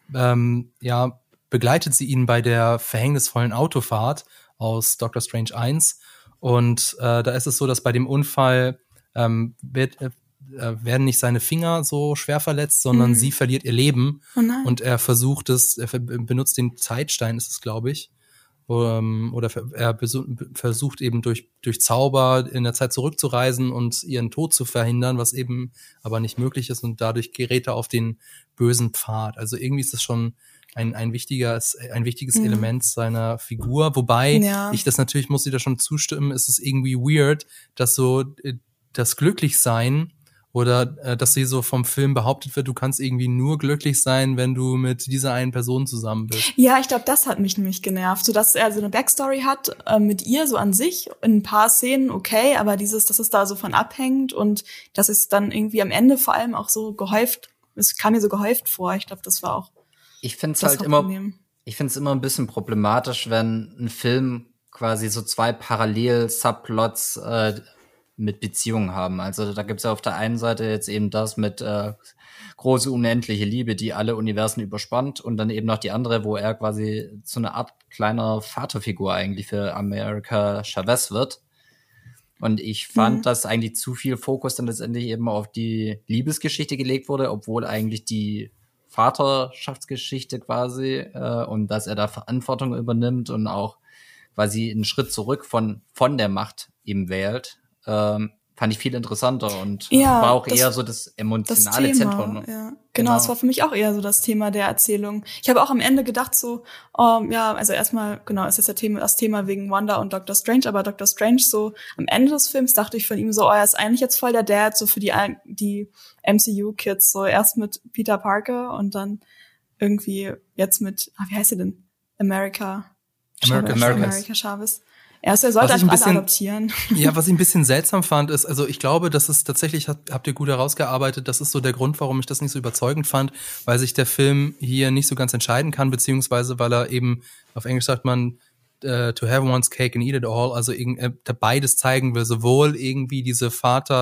ähm, ja, begleitet sie ihn bei der verhängnisvollen Autofahrt aus Doctor Strange eins. Und äh, da ist es so, dass bei dem Unfall ähm, wird, äh, werden nicht seine Finger so schwer verletzt, sondern mhm. sie verliert ihr Leben. Oh nein. Und er versucht es, er benutzt den Zeitstein, ist es, glaube ich. Ähm, oder er versucht eben durch, durch Zauber in der Zeit zurückzureisen und ihren Tod zu verhindern, was eben aber nicht möglich ist. Und dadurch gerät er auf den bösen Pfad. Also irgendwie ist es schon ein ein wichtiges ein wichtiges mhm. Element seiner Figur, wobei ja. ich das natürlich, muss ich da schon zustimmen, ist es irgendwie weird, dass so das Glücklichsein oder äh, dass sie so vom Film behauptet wird, du kannst irgendwie nur glücklich sein, wenn du mit dieser einen Person zusammen bist. Ja, ich glaube, das hat mich nämlich genervt, so dass er so eine Backstory hat äh, mit ihr so an sich in ein paar Szenen, okay, aber dieses, dass es da so von abhängt und dass es dann irgendwie am Ende vor allem auch so gehäuft, es kam mir so gehäuft vor, ich glaube, das war auch Ich finde es halt immer, ich finde es immer ein bisschen problematisch, wenn ein Film quasi so zwei Parallel-Subplots äh, mit Beziehungen haben. Also da gibt's ja auf der einen Seite jetzt eben das mit äh, große unendliche Liebe, die alle Universen überspannt, und dann eben noch die andere, wo er quasi so eine Art kleiner Vaterfigur eigentlich für America Chavez wird. Und ich fand, mhm. dass eigentlich zu viel Fokus dann letztendlich eben auf die Liebesgeschichte gelegt wurde, obwohl eigentlich die Vaterschaftsgeschichte quasi äh, und dass er da Verantwortung übernimmt und auch quasi einen Schritt zurück von von der Macht eben wählt, ähm, fand ich viel interessanter und ja, war auch das, eher so das emotionale das Thema, Zentrum. Ja. Genau, genau, das war für mich auch eher so das Thema der Erzählung. Ich habe auch am Ende gedacht so, um, ja, also erstmal, genau, ist jetzt das Thema, das Thema wegen Wanda und Doctor Strange, aber Doctor Strange so am Ende des Films dachte ich von ihm so, oh, er ist eigentlich jetzt voll der Dad, so für die die M C U-Kids, so erst mit Peter Parker und dann irgendwie jetzt mit, ah, wie heißt sie denn? America America, Chavez. America Chavez. Erst, er sollte einfach alle adoptieren. Ja, was ich ein bisschen seltsam fand, ist, also ich glaube, das ist tatsächlich, habt ihr gut herausgearbeitet, das ist so der Grund, warum ich das nicht so überzeugend fand, weil sich der Film hier nicht so ganz entscheiden kann, beziehungsweise weil er eben, auf Englisch sagt man, uh, to have one's cake and eat it all, also äh, beides zeigen will, sowohl irgendwie diese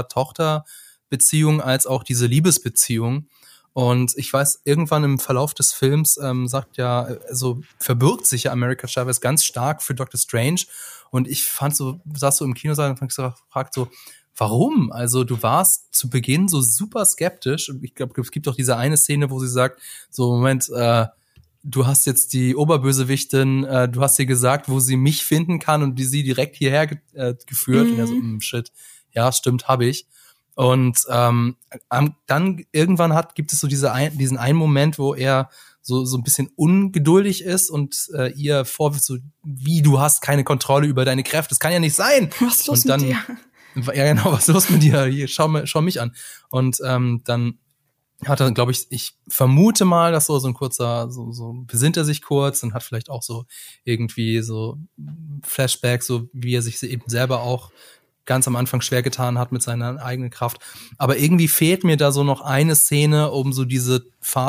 Vater-Tochter-Beziehung als auch diese Liebesbeziehung. Und ich weiß, irgendwann im Verlauf des Films ähm, sagt ja, also verbirgt sich ja America Chavez ganz stark für Doctor Strange. Und ich fand so, saß so im Kinosaal und fand so, gefragt so, warum? Also du warst zu Beginn so super skeptisch. Und ich glaube, es gibt auch diese eine Szene, wo sie sagt, so Moment, äh, du hast jetzt die Oberbösewichtin, äh, du hast ihr gesagt, wo sie mich finden kann und wie sie direkt hierher ge- äh, geführt. Mhm. Und er so, mm, shit, ja, stimmt, habe ich. Und ähm, dann irgendwann hat gibt es so diese ein, diesen einen Moment, wo er so so ein bisschen ungeduldig ist und äh, ihr vorwirft so, wie, du hast keine Kontrolle über deine Kräfte, das kann ja nicht sein. Was ist los und dann, mit dir? Ja genau, was ist los mit dir? Hier, schau, schau mich an. Und ähm, dann hat er, glaube ich, ich vermute mal, dass so so ein kurzer, so so besinnt er sich kurz und hat vielleicht auch so irgendwie so Flashbacks, so wie er sich eben selber auch ganz am Anfang schwer getan hat mit seiner eigenen Kraft. Aber irgendwie fehlt mir da so noch eine Szene, um so diese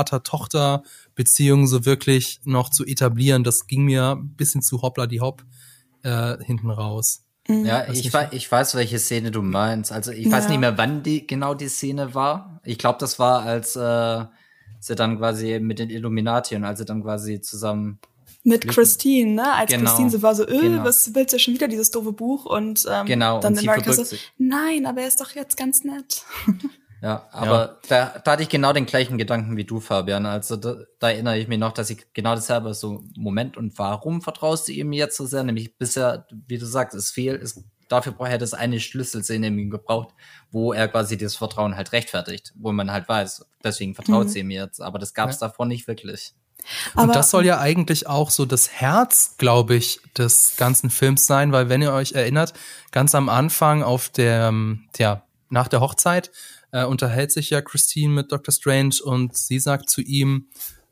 Vater-Tochter-Beziehung so wirklich noch zu etablieren. Das ging mir ein bisschen zu hoppla die hopp äh, hinten raus. Ja, ich, weiß, ich weiß, welche Szene du meinst. Also ich ja. weiß nicht mehr, wann die genau die Szene war. Ich glaube, das war, als äh, sie dann quasi mit den Illuminati und als sie dann quasi zusammen mit Christine, ne? Als genau. Christine so war so, öh, genau. was willst du schon wieder, dieses doofe Buch? Und ähm, genau. dann und America so, nein, aber er ist doch jetzt ganz nett. Ja, aber ja. Da, da hatte ich genau den gleichen Gedanken wie du, Fabian. Also da, da erinnere ich mich noch, dass ich genau dasselbe so, Moment, und warum vertraust du ihm jetzt so sehr? Nämlich bisher, wie du sagst, es fehlt, es, dafür hätte es eine Schlüsselszene in ihm gebraucht, wo er quasi das Vertrauen halt rechtfertigt, wo man halt weiß, deswegen vertraut mhm. sie ihm jetzt. Aber das gab es ja. davor nicht wirklich. Und aber das soll ja eigentlich auch so das Herz, glaube ich, des ganzen Films sein, weil wenn ihr euch erinnert, ganz am Anfang auf der, ja, nach der Hochzeit äh, unterhält sich ja Christine mit Doctor Strange und sie sagt zu ihm,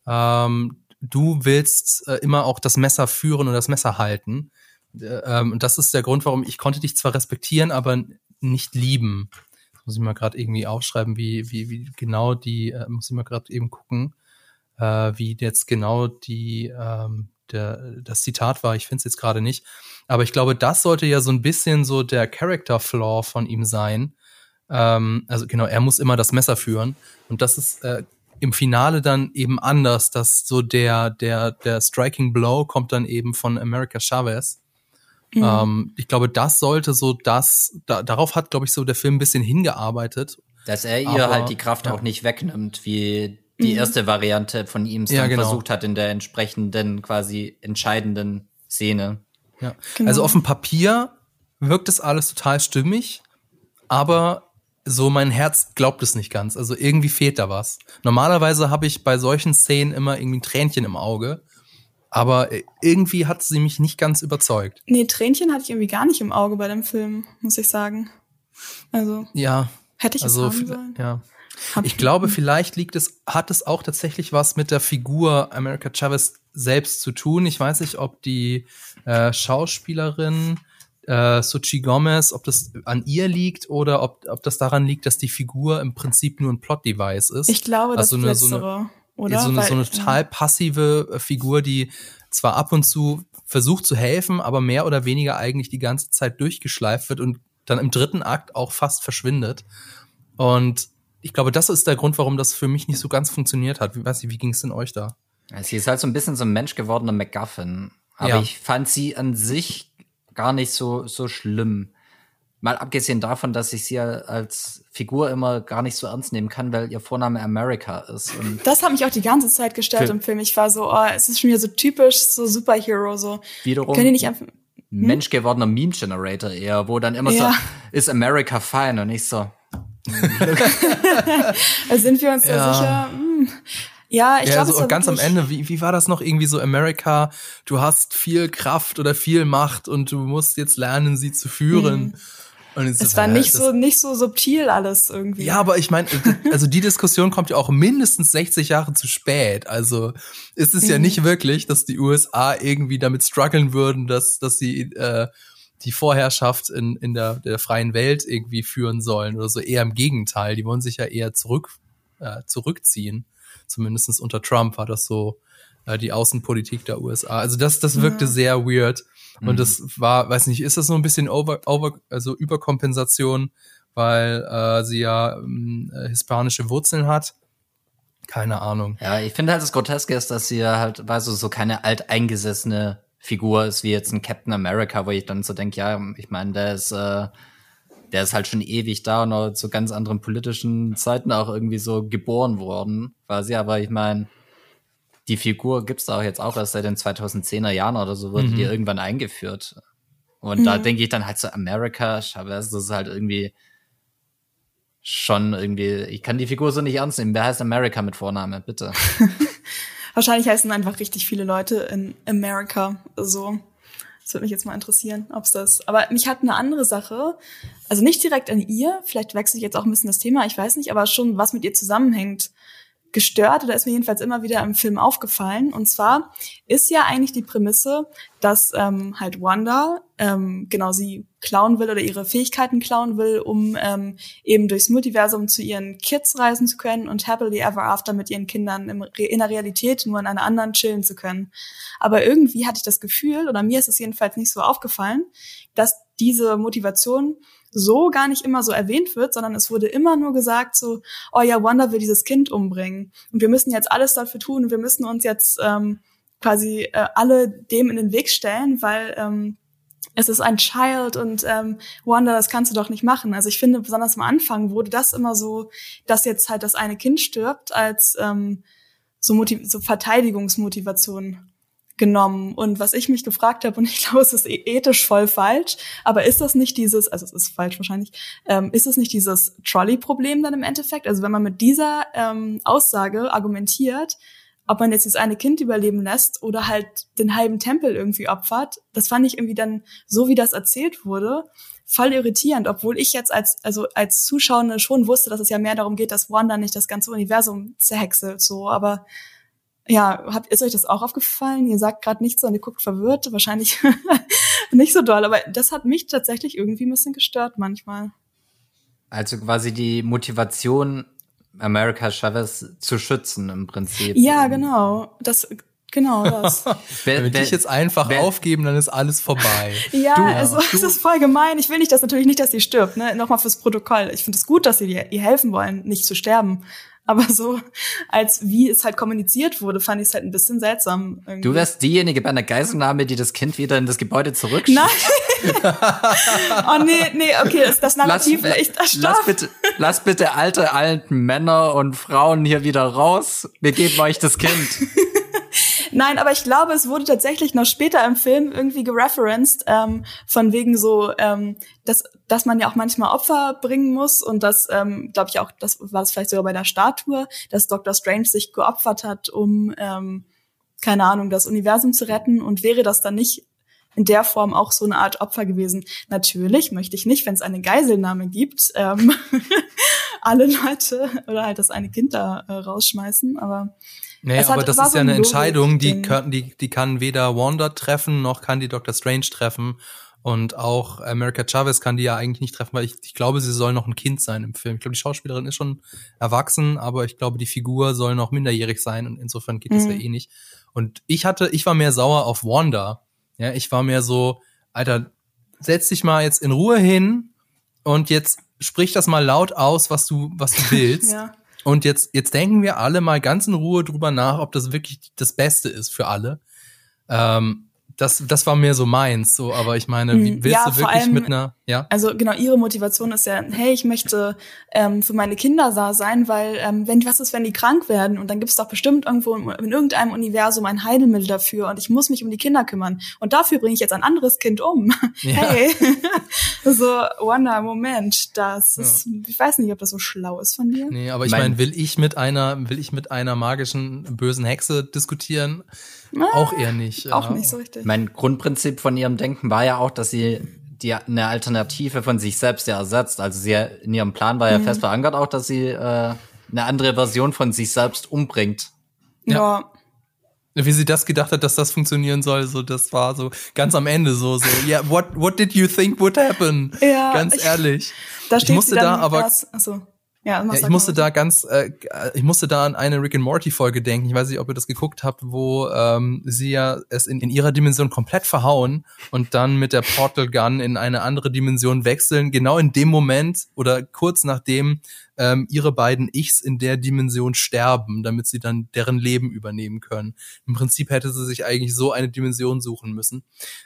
ähm, du willst äh, immer auch das Messer führen und das Messer halten. Äh, ähm, und das ist der Grund, warum ich konnte dich zwar respektieren, aber nicht lieben. Das muss ich mal gerade irgendwie aufschreiben, wie, wie, wie genau die, äh, muss ich mal gerade eben gucken. wie jetzt genau die ähm, der das Zitat war, ich finde es jetzt gerade nicht, aber ich glaube, das sollte ja so ein bisschen so der Character Flaw von ihm sein. Ähm, also genau, er muss immer das Messer führen und das ist äh, im Finale dann eben anders, dass so der der der Striking Blow kommt dann eben von America Chavez. Mhm. Ähm, ich glaube, das sollte so das, da, darauf hat, glaube ich, so der Film ein bisschen hingearbeitet. Dass er ihr aber, halt die Kraft ja. auch nicht wegnimmt, wie die erste Variante von ihm es dann ja, genau. versucht hat in der entsprechenden, quasi entscheidenden Szene. Ja. Genau. Also auf dem Papier wirkt das alles total stimmig, aber so mein Herz glaubt es nicht ganz. Also irgendwie fehlt da was. Normalerweise habe ich bei solchen Szenen immer irgendwie ein Tränchen im Auge, aber irgendwie hat sie mich nicht ganz überzeugt. Nee, Tränchen hatte ich irgendwie gar nicht im Auge bei dem Film, muss ich sagen. Also ja, hätte ich also, es haben sollen. Ja. Ich glaube, vielleicht liegt es, hat es auch tatsächlich was mit der Figur America Chavez selbst zu tun. Ich weiß nicht, ob die äh, Schauspielerin äh, Xochitl Gomez, ob das an ihr liegt oder ob, ob das daran liegt, dass die Figur im Prinzip nur ein Plot-Device ist. Ich glaube, das also ist eine, letztere, so eine, oder? So eine, Weil, so eine total passive Figur, die zwar ab und zu versucht zu helfen, aber mehr oder weniger eigentlich die ganze Zeit durchgeschleift wird und dann im dritten Akt auch fast verschwindet. Und ich glaube, das ist der Grund, warum das für mich nicht so ganz funktioniert hat. Wie, weiß ich, wie ging es denn euch da? Sie ist halt so ein bisschen so ein Mensch gewordener MacGuffin. Aber ja. ich fand sie an sich gar nicht so so schlimm. Mal abgesehen davon, dass ich sie als Figur immer gar nicht so ernst nehmen kann, weil ihr Vorname America ist. Und das hat mich auch die ganze Zeit gestört im Film. Ich war so, oh, es ist schon wieder so typisch, so Superhero, so. Wiederum können die nicht einfach, hm? menschgewordener Meme-Generator eher, wo dann immer ja. so, ist America fine? Und nicht so. Also sind wir uns ja. da sicher? Hm. Ja, ich ja, glaube, so ganz am Ende, wie, wie war das noch irgendwie so, America, du hast viel Kraft oder viel Macht und du musst jetzt lernen, sie zu führen. Mhm. Und es so, war äh, nicht so nicht so subtil alles irgendwie. Ja, aber ich meine, also die Diskussion kommt ja auch mindestens sechzig Jahre zu spät. Also ist es mhm. ja nicht wirklich, dass die U S A irgendwie damit strugglen würden, dass dass sie äh, die Vorherrschaft in in der der freien Welt irgendwie führen sollen oder so. Eher im Gegenteil, die wollen sich ja eher zurück äh, zurückziehen. Zumindest unter Trump war das so äh, die Außenpolitik der U S A. Also das das wirkte ja. sehr weird. Und mhm. das war, weiß nicht, ist das so ein bisschen over, over also Überkompensation, weil äh, sie ja äh, hispanische Wurzeln hat? Keine Ahnung. Ja, ich finde halt das Groteske ist, dass sie halt, weißt du, so keine alteingesessene Figur ist, wie jetzt ein Captain America, wo ich dann so denke, ja, ich meine, der ist äh, der ist halt schon ewig da und auch zu ganz anderen politischen Zeiten auch irgendwie so geboren worden, quasi. Aber ich meine, die Figur gibt's da auch jetzt auch erst seit den zweitausendzehner Jahren oder so, wurde mhm. die irgendwann eingeführt. Und mhm. da denke ich dann halt so, America, Chavez, das ist halt irgendwie schon irgendwie, ich kann die Figur so nicht ernst nehmen. Wer heißt America mit Vorname, bitte? Wahrscheinlich heißen einfach richtig viele Leute in America so. Das würde mich jetzt mal interessieren, ob's das. Aber mich hat eine andere Sache, also nicht direkt an ihr, vielleicht wechsle ich jetzt auch ein bisschen das Thema, ich weiß nicht, aber schon was mit ihr zusammenhängt, gestört, oder ist mir jedenfalls immer wieder im Film aufgefallen. Und zwar ist ja eigentlich die Prämisse, dass ähm, halt Wanda ähm, genau sie klauen will oder ihre Fähigkeiten klauen will, um ähm, eben durchs Multiversum zu ihren Kids reisen zu können und happily ever after mit ihren Kindern im, in der Realität nur in einer anderen chillen zu können. Aber irgendwie hatte ich das Gefühl, oder mir ist es jedenfalls nicht so aufgefallen, dass diese Motivation so gar nicht immer so erwähnt wird, sondern es wurde immer nur gesagt so, oh ja, Wanda will dieses Kind umbringen und wir müssen jetzt alles dafür tun und wir müssen uns jetzt ähm, quasi äh, alle dem in den Weg stellen, weil ähm, es ist ein Child und ähm, Wanda, das kannst du doch nicht machen. Also ich finde, besonders am Anfang wurde das immer so, dass jetzt halt das eine Kind stirbt, als ähm, so, Motiv- so Verteidigungsmotivation genommen. Und was ich mich gefragt habe, und ich glaube, es ist ethisch voll falsch, aber ist das nicht dieses, also es ist falsch wahrscheinlich, ähm, ist es nicht dieses Trolley-Problem dann im Endeffekt? Also wenn man mit dieser ähm, Aussage argumentiert, ob man jetzt das eine Kind überleben lässt oder halt den halben Tempel irgendwie opfert, das fand ich irgendwie dann, so wie das erzählt wurde, voll irritierend, obwohl ich jetzt als also als Zuschauende schon wusste, dass es ja mehr darum geht, dass Wanda nicht das ganze Universum zerhäckselt, so, aber ja, habt, ist euch das auch aufgefallen? Ihr sagt gerade nichts und ihr guckt verwirrt, wahrscheinlich nicht so doll, aber das hat mich tatsächlich irgendwie ein bisschen gestört manchmal. Also quasi die Motivation, America Chavez zu schützen im Prinzip. Ja, genau, das genau das. Wenn wir dich jetzt einfach wer, aufgeben, dann ist alles vorbei. Ja, du, also du. Es ist voll gemein. Ich will nicht, dass natürlich nicht, dass sie stirbt. Ne, nochmal fürs Protokoll. Ich finde es gut, dass sie ihr, ihr helfen wollen, nicht zu sterben. Aber so, als wie es halt kommuniziert wurde, fand ich es halt ein bisschen seltsam. Irgendwie. Du wärst diejenige bei einer Geiselnahme, die das Kind wieder in das Gebäude zurückschickt. Nein. Oh nee, nee, okay, das, das Narrativ, lass, ich, das lass bitte, lass bitte alte, alten Männer und Frauen hier wieder raus. Wir geben euch das Kind. Nein, aber ich glaube, es wurde tatsächlich noch später im Film irgendwie gereferenced, ähm, von wegen so, ähm, dass dass man ja auch manchmal Opfer bringen muss und das, ähm, glaube ich auch, das war es vielleicht sogar bei der Statue, dass Doctor Strange sich geopfert hat, um, ähm, keine Ahnung, das Universum zu retten, und wäre das dann nicht in der Form auch so eine Art Opfer gewesen? Natürlich möchte ich nicht, wenn es eine Geiselnahme gibt, ähm, alle Leute oder halt das eine Kind da äh, rausschmeißen, aber Nee, aber das ist ja eine Entscheidung, die kann, die, die kann weder Wanda treffen, noch kann die Doctor Strange treffen. Und auch America Chavez kann die ja eigentlich nicht treffen, weil ich, ich glaube, sie soll noch ein Kind sein im Film. Ich glaube, die Schauspielerin ist schon erwachsen, aber ich glaube, die Figur soll noch minderjährig sein und insofern geht das mhm. ja eh nicht. Und ich hatte, ich war mehr sauer auf Wanda. Ja, ich war mehr so, Alter, setz dich mal jetzt in Ruhe hin und jetzt sprich das mal laut aus, was du, was du willst. Ja. Und jetzt, jetzt denken wir alle mal ganz in Ruhe drüber nach, ob das wirklich das Beste ist für alle. Ähm, das, das war mir so meins, so, aber ich meine, wie willst ja, du wirklich allem, mit einer, ja? Also genau, ihre Motivation ist ja, hey, ich möchte ähm, für meine Kinder da sein, weil ähm, wenn was ist, wenn die krank werden, und dann gibt es doch bestimmt irgendwo in, in irgendeinem Universum ein Heilmittel dafür und ich muss mich um die Kinder kümmern und dafür bringe ich jetzt ein anderes Kind um. Ja. Hey, so Wanda, Moment, das ist, ja. Ich weiß nicht, ob das so schlau ist von dir. Nee, aber ich meine, mein, will ich mit einer, will ich mit einer magischen bösen Hexe diskutieren? Ah, auch eher nicht. Auch ja. nicht so richtig. Mein Grundprinzip von ihrem Denken war ja auch, dass sie die eine Alternative von sich selbst ja ersetzt. Also sie in ihrem Plan war ja mhm. fest verankert auch, dass sie äh, eine andere Version von sich selbst umbringt. Ja. ja. Wie sie das gedacht hat, dass das funktionieren soll, so das war so ganz am Ende so so. Yeah, what what did you think would happen? Ja, ganz ich, ehrlich. Da steht ich musste sie dann da aber das, achso. Ja, ja, ich musste da ganz, äh, ich musste da an eine Rick and Morty Folge denken. Ich weiß nicht, ob ihr das geguckt habt, wo ähm, sie ja es in, in ihrer Dimension komplett verhauen und dann mit der Portal Gun in eine andere Dimension wechseln. Genau in dem Moment oder kurz nachdem ähm, ihre beiden Ichs in der Dimension sterben, damit sie dann deren Leben übernehmen können. Im Prinzip hätte sie sich eigentlich so eine Dimension suchen müssen.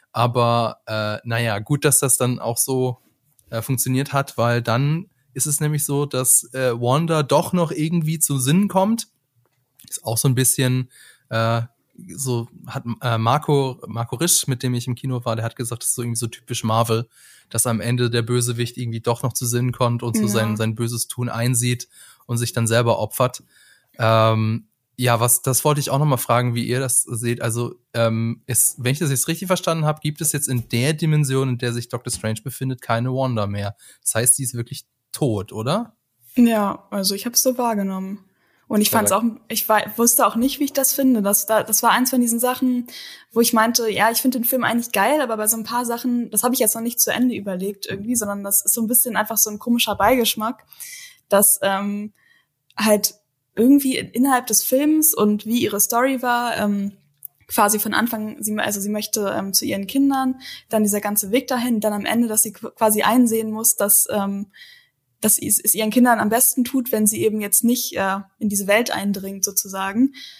Aber äh, naja, gut, dass das dann auch so äh, funktioniert hat, weil dann ist es nämlich so, dass äh, Wanda doch noch irgendwie zu Sinnen kommt. Ist auch so ein bisschen äh, so, hat äh, Marco Marco Risch, mit dem ich im Kino war, der hat gesagt, das ist so irgendwie so typisch Marvel, dass am Ende der Bösewicht irgendwie doch noch zu Sinnen kommt und so ja. sein sein böses Tun einsieht und sich dann selber opfert. Ähm, ja, was das wollte ich auch noch mal fragen, wie ihr das seht. Also ähm, ist, wenn ich das jetzt richtig verstanden habe, gibt es jetzt in der Dimension, in der sich Doctor Strange befindet, keine Wanda mehr. Das heißt, sie ist wirklich tot, oder? Ja, also ich habe es so wahrgenommen. Und ich fand es auch, ich war, wusste auch nicht, wie ich das finde. Das, das war eins von diesen Sachen, wo ich meinte, ja, ich finde den Film eigentlich geil, aber bei so ein paar Sachen, das habe ich jetzt noch nicht zu Ende überlegt irgendwie, sondern das ist so ein bisschen einfach so ein komischer Beigeschmack, dass ähm, halt irgendwie innerhalb des Films und wie ihre Story war, ähm, quasi von Anfang, sie, also sie möchte ähm, zu ihren Kindern, dann dieser ganze Weg dahin, dann am Ende, dass sie quasi einsehen muss, dass ähm, dass es ihren Kindern am besten tut, wenn sie eben jetzt nicht äh, in diese Welt eindringt sozusagen.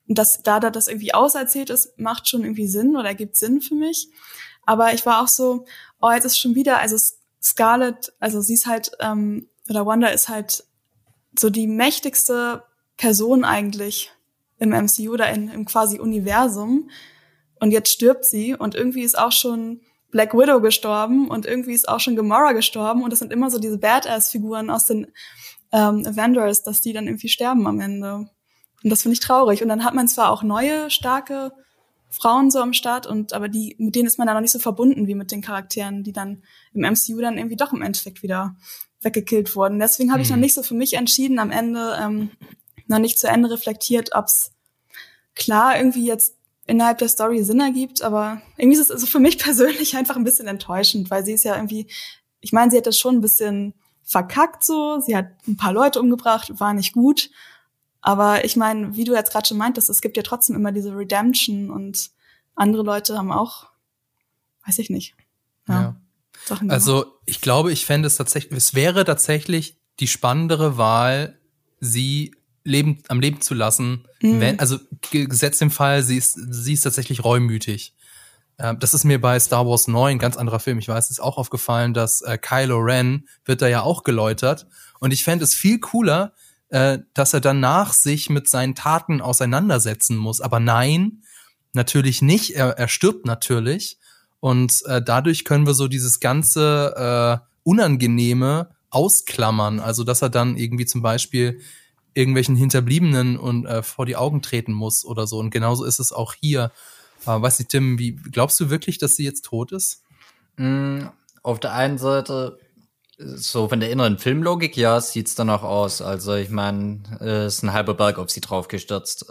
dass da da das irgendwie auserzählt ist, macht schon irgendwie Sinn oder ergibt Sinn für mich. Aber ich war auch so, oh, jetzt ist schon wieder, also Scarlett, also sie ist halt, ähm, oder Wanda ist halt so die mächtigste Person eigentlich im M C U oder in, im quasi Universum. Und jetzt stirbt sie und irgendwie ist auch schon Black Widow gestorben und irgendwie ist auch schon Gamora gestorben und das sind immer so diese Badass-Figuren aus den ähm, Avengers, dass die dann irgendwie sterben am Ende. Und das finde ich traurig. Und dann hat man zwar auch neue, starke Frauen so am Start, und aber die, mit denen ist man dann noch nicht so verbunden wie mit den Charakteren, die dann im M C U dann irgendwie doch im Endeffekt wieder weggekillt wurden. Deswegen habe ich noch nicht so für mich entschieden, am Ende ähm, noch nicht zu Ende reflektiert, ob es klar irgendwie jetzt innerhalb der Story Sinn ergibt, aber irgendwie ist es also für mich persönlich einfach ein bisschen enttäuschend, weil sie ist ja irgendwie, ich meine, sie hat das schon ein bisschen verkackt so, sie hat ein paar Leute umgebracht, war nicht gut, aber ich meine, wie du jetzt gerade schon meintest, es gibt ja trotzdem immer diese Redemption und andere Leute haben auch, weiß ich nicht, ja, ja. Sachen gemacht. Also ich glaube, ich fände es tatsächlich, es wäre tatsächlich die spannendere Wahl, sie leben, am Leben zu lassen, mhm. wenn, also gesetzt im Fall, sie ist, sie ist tatsächlich reumütig. Äh, das ist mir bei Star Wars neun, ganz anderer Film, ich weiß, ist auch aufgefallen, dass äh, Kylo Ren wird da ja auch geläutert. Und ich fände es viel cooler, äh, dass er danach sich mit seinen Taten auseinandersetzen muss. Aber nein, natürlich nicht. Er, er stirbt natürlich. Und äh, dadurch können wir so dieses ganze äh, Unangenehme ausklammern. Also, dass er dann irgendwie zum Beispiel irgendwelchen Hinterbliebenen und äh, vor die Augen treten muss oder so. Und genauso ist es auch hier. Äh, weiß nicht, Tim, wie glaubst du wirklich, dass sie jetzt tot ist? Mm, auf der einen Seite, so von der inneren Filmlogik, ja, sieht's danach aus. Also ich meine, es ist ein halber Berg auf sie draufgestürzt.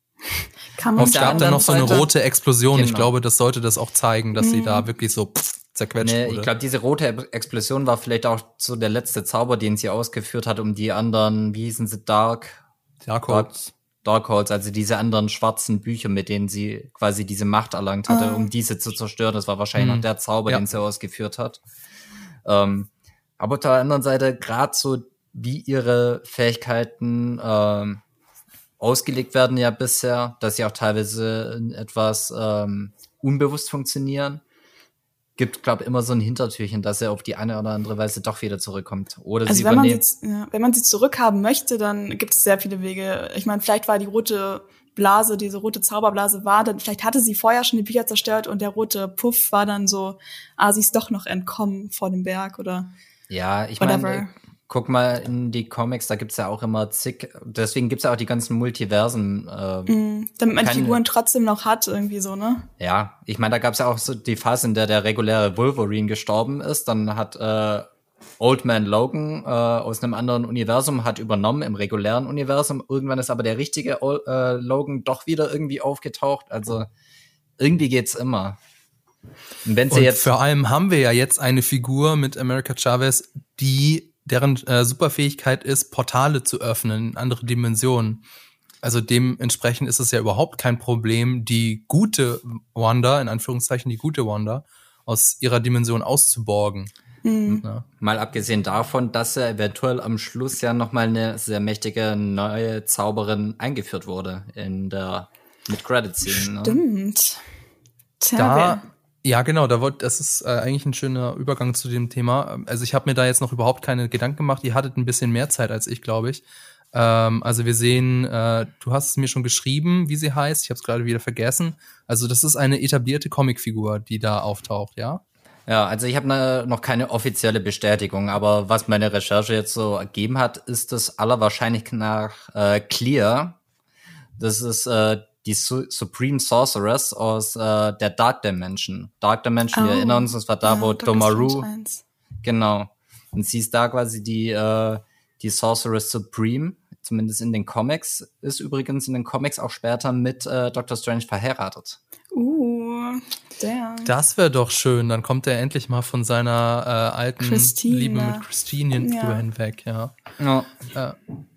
Kann man es gab dann noch so eine Seite, rote Explosion. genau. Ich glaube, das sollte das auch zeigen, dass mhm. sie da wirklich so pff, zerquetscht nee, wurde. Ich glaube, diese rote Explosion war vielleicht auch so der letzte Zauber, den sie ausgeführt hat, um die anderen, wie hießen sie, Dark? Darkholds. Darkholds, also diese anderen schwarzen Bücher, mit denen sie quasi diese Macht erlangt hatte, ah. um diese zu zerstören. Das war wahrscheinlich mhm. noch der Zauber, ja. den sie ausgeführt hat. Ähm, aber auf der anderen Seite, gerade so wie ihre Fähigkeiten ähm, ausgelegt werden ja bisher, dass sie auch teilweise etwas ähm, unbewusst funktionieren, gibt, glaube ich, immer so ein Hintertürchen, dass er auf die eine oder andere Weise doch wieder zurückkommt. Oder also sie wenn man übernehmen. sie, ja, wenn man sie zurückhaben möchte, dann gibt es sehr viele Wege. Ich meine, vielleicht war die rote Blase, diese rote Zauberblase war dann, vielleicht hatte sie vorher schon die Bücher zerstört und der rote Puff war dann so, ah, sie ist doch noch entkommen vor dem Berg oder Ja, ich whatever. meine, guck mal in die Comics, da gibt's ja auch immer zig, deswegen gibt's ja auch die ganzen Multiversen. Äh, mm, damit man die keine, Figuren trotzdem noch hat, irgendwie so, ne? Ja, ich meine, da gab's ja auch so die Phase, in der der reguläre Wolverine gestorben ist. Dann hat äh, Old Man Logan äh, aus einem anderen Universum hat übernommen im regulären Universum. Irgendwann ist aber der richtige äh, Logan doch wieder irgendwie aufgetaucht. Also irgendwie geht's immer. Und wenn sie Und jetzt vor allem haben wir ja jetzt eine Figur mit America Chavez, die deren äh, Superfähigkeit ist, Portale zu öffnen in andere Dimensionen. Also dementsprechend ist es ja überhaupt kein Problem, die gute Wanda, in Anführungszeichen die gute Wanda, aus ihrer Dimension auszuborgen. Mhm. Ja. Mal abgesehen davon, dass ja eventuell am Schluss ja nochmal eine sehr mächtige neue Zauberin eingeführt wurde in der Mid-Credit-Scene. Ne? Stimmt. Tja, Da, ja genau, da wollt, das ist äh, eigentlich ein schöner Übergang zu dem Thema. Also ich habe mir da jetzt noch überhaupt keine Gedanken gemacht. Ihr hattet ein bisschen mehr Zeit als ich, glaube ich. Ähm, also wir sehen, äh, du hast es mir schon geschrieben, wie sie heißt. Ich habe es gerade wieder vergessen. Also das ist eine etablierte Comicfigur, die da auftaucht, ja? Ja, also ich habe ne, noch keine offizielle Bestätigung, aber was meine Recherche jetzt so ergeben hat, ist das aller Wahrscheinlichkeit nach äh, Clear. Das ist äh, die Su- Supreme Sorceress aus äh, der Dark Dimension. Dark Dimension, Oh, wir erinnern uns, das war da, ja, wo Doctor Dormammu, Strange eins. genau. Und sie ist da quasi die äh, die Sorceress Supreme, zumindest in den Comics, ist übrigens in den Comics auch später mit äh, Doctor Strange verheiratet. Uh, damn. Das wäre doch schön. Dann kommt er endlich mal von seiner äh, alten Christine. Liebe mit Christine Ja. drüber hinweg, ja. Ja. Äh,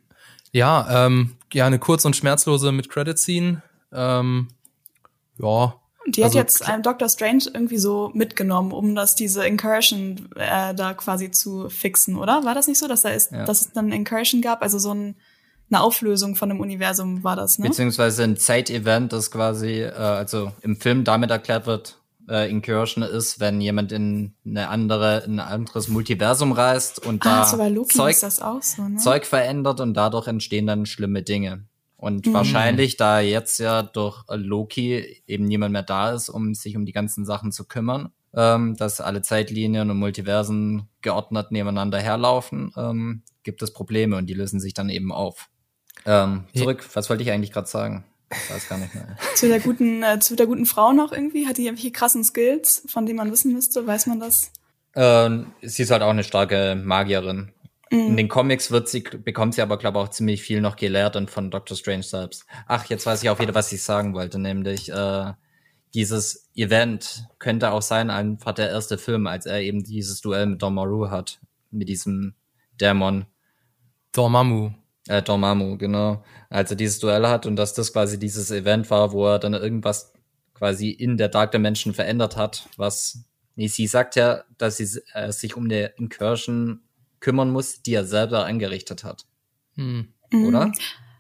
ja, ähm, ja, eine kurz und schmerzlose mit Credit Scene. Ähm, ja. Die hat also, jetzt ähm, Doctor Strange irgendwie so mitgenommen, um das diese Incursion äh, da quasi zu fixen, oder? War das nicht so, dass da ist, Ja. dass es dann Incursion gab, also so ein eine Auflösung von dem Universum war das, ne? Beziehungsweise ein Zeitevent, das quasi, äh, also im Film damit erklärt wird, äh, Incursion ist, wenn jemand in eine andere, in ein anderes Multiversum reist und ah, da so bei Loki Zeug, ist das auch so, ne? Zeug verändert und dadurch entstehen dann schlimme Dinge. Und Mhm. wahrscheinlich, da jetzt ja durch Loki eben niemand mehr da ist, um sich um die ganzen Sachen zu kümmern, ähm, dass alle Zeitlinien und Multiversen geordnet nebeneinander herlaufen, ähm, gibt es Probleme und die lösen sich dann eben auf. Ähm, zurück, ja. Was wollte ich eigentlich gerade sagen? Ich weiß gar nicht mehr. Zu der guten, äh, zu der guten Frau noch irgendwie? Hat die irgendwelche krassen Skills, von denen man wissen müsste? Weiß man das? Ähm, sie ist halt auch eine starke Magierin. Mm. In den Comics wird sie, bekommt sie aber, glaube ich, auch ziemlich viel noch gelehrt und von Doctor Strange selbst. Ach, jetzt weiß ich auch wieder, was ich sagen wollte, nämlich äh, dieses Event könnte auch sein, einfach der erste Film, als er eben dieses Duell mit Dormammu hat, mit diesem Dämon. Dormammu. Äh, Dormammu, genau. Als er dieses Duell hat und dass das quasi dieses Event war, wo er dann irgendwas quasi in der Dark Dimension verändert hat, was, nee, sie sagt ja, dass sie äh, sich um eine Incursion kümmern muss, die er selber angerichtet hat. Hm. Oder?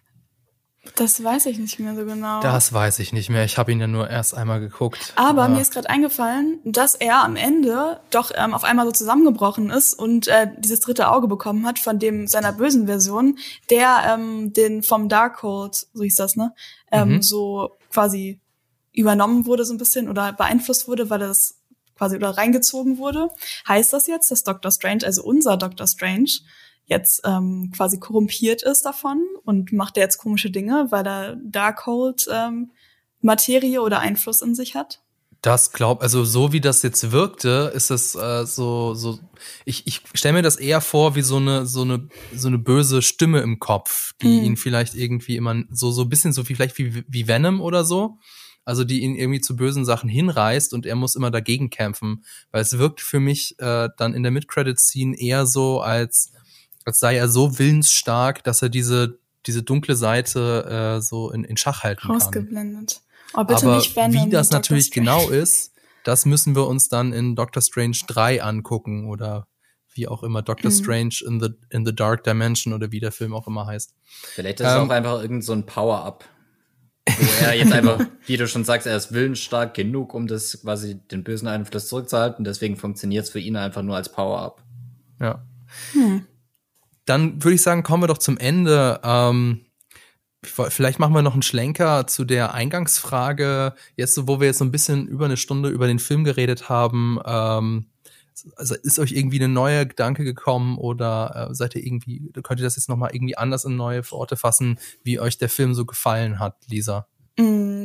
Das weiß ich nicht mehr so genau. Das weiß ich nicht mehr. Ich habe ihn ja nur erst einmal geguckt. Aber ah. mir ist gerade eingefallen, dass er am Ende doch ähm, auf einmal so zusammengebrochen ist und äh, dieses dritte Auge bekommen hat von dem seiner bösen Version, der ähm, den vom Darkhold, so hieß das, ne, ähm, mhm. so quasi übernommen wurde so ein bisschen oder beeinflusst wurde, weil das quasi oder reingezogen wurde. Heißt das jetzt, dass Doctor Strange, also unser Doctor Strange, jetzt ähm, quasi korrumpiert ist davon und macht er jetzt komische Dinge, weil er Darkhold ähm, Materie oder Einfluss in sich hat? Das glaub, also so wie das jetzt wirkte, ist es äh, so so. Ich ich stelle mir das eher vor wie so eine so eine so eine böse Stimme im Kopf, die mhm. ihn vielleicht irgendwie immer so so ein bisschen so wie vielleicht wie wie Venom oder so. Also die ihn irgendwie zu bösen Sachen hinreißt und er muss immer dagegen kämpfen, weil es wirkt für mich äh, dann in der Mid-Credit-Scene eher so als als sei er so willensstark, dass er diese diese dunkle Seite äh, so in, in Schach halten kann. Ausgeblendet. Oh, bitte Aber nicht Venom, wie das Doctor natürlich Strange. genau ist, das müssen wir uns dann in Doctor Strange drei angucken oder wie auch immer, Doctor mhm. Strange in the in the Dark Dimension oder wie der Film auch immer heißt. Vielleicht ist es ähm, auch einfach irgend so ein Power-Up, wo er jetzt einfach, wie du schon sagst, er ist willensstark genug, um das quasi den bösen Einfluss zurückzuhalten. Deswegen funktioniert es für ihn einfach nur als Power-Up. Ja. Hm. Dann würde ich sagen, kommen wir doch zum Ende. Ähm, vielleicht machen wir noch einen Schlenker zu der Eingangsfrage. Jetzt, wo wir jetzt so ein bisschen über eine Stunde über den Film geredet haben, ähm, also ist euch irgendwie eine neue Gedanke gekommen oder äh, seid ihr irgendwie, könnt ihr das jetzt nochmal irgendwie anders in neue Worte fassen, wie euch der Film so gefallen hat, Lisa? Mm.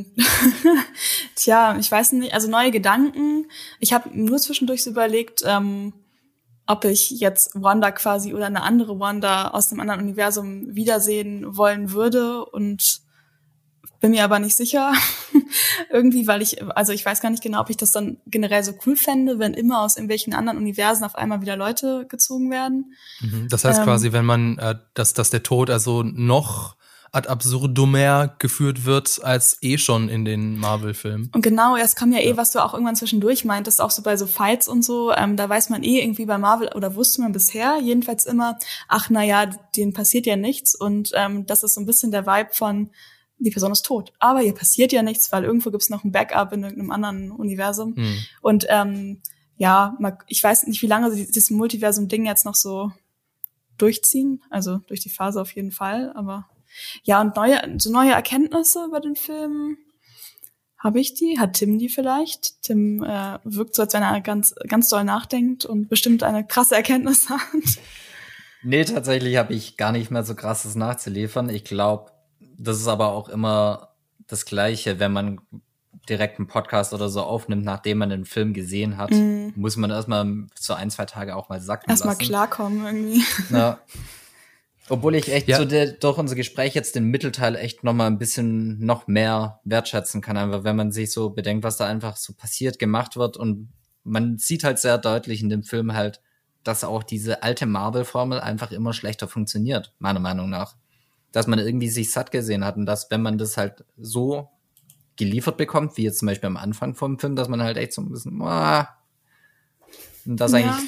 Tja, ich weiß nicht, also neue Gedanken. Ich habe nur zwischendurch so überlegt, ähm, ob ich jetzt Wanda quasi oder eine andere Wanda aus einem anderen Universum wiedersehen wollen würde und bin mir aber nicht sicher. Irgendwie, weil ich, also ich weiß gar nicht genau, ob ich das dann generell so cool fände, wenn immer aus irgendwelchen anderen Universen auf einmal wieder Leute gezogen werden. Das heißt ähm, quasi, wenn man, äh, dass, dass der Tod also noch ad absurdumer geführt wird als eh schon in den Marvel-Filmen. Und genau, es kam ja eh, ja. was du auch irgendwann zwischendurch meintest, auch so bei so Fights und so, ähm, da weiß man eh irgendwie bei Marvel, oder wusste man bisher jedenfalls immer, ach na ja, denen passiert ja nichts und ähm, das ist so ein bisschen der Vibe von, die Person ist tot, aber ihr passiert ja nichts, weil irgendwo gibt's noch ein Backup in irgendeinem anderen Universum. Hm. Und ähm, ja, ich weiß nicht, wie lange sie dieses Multiversum-Ding jetzt noch so durchziehen, also durch die Phase auf jeden Fall, aber ja, und neue, so neue Erkenntnisse über den Film, habe ich die? Hat Tim die vielleicht? Tim äh, wirkt so, als wenn er ganz, ganz doll nachdenkt und bestimmt eine krasse Erkenntnis hat. Nee, tatsächlich habe ich gar nicht mehr so krasses nachzuliefern. Ich glaube, das ist aber auch immer das Gleiche, wenn man direkt einen Podcast oder so aufnimmt, nachdem man den Film gesehen hat, mm. muss man erstmal so ein, zwei Tage auch mal sacken lassen. Erstmal klarkommen irgendwie. Ja. Obwohl ich echt ja. so der, durch unser Gespräch jetzt den Mittelteil echt noch mal ein bisschen noch mehr wertschätzen kann, einfach wenn man sich so bedenkt, was da einfach so passiert, gemacht wird und man sieht halt sehr deutlich in dem Film halt, dass auch diese alte Marvel-Formel einfach immer schlechter funktioniert, meiner Meinung nach. Dass man irgendwie sich satt gesehen hat und dass, wenn man das halt so geliefert bekommt, wie jetzt zum Beispiel am Anfang vom Film, dass man halt echt so ein bisschen, ah, und das ja. eigentlich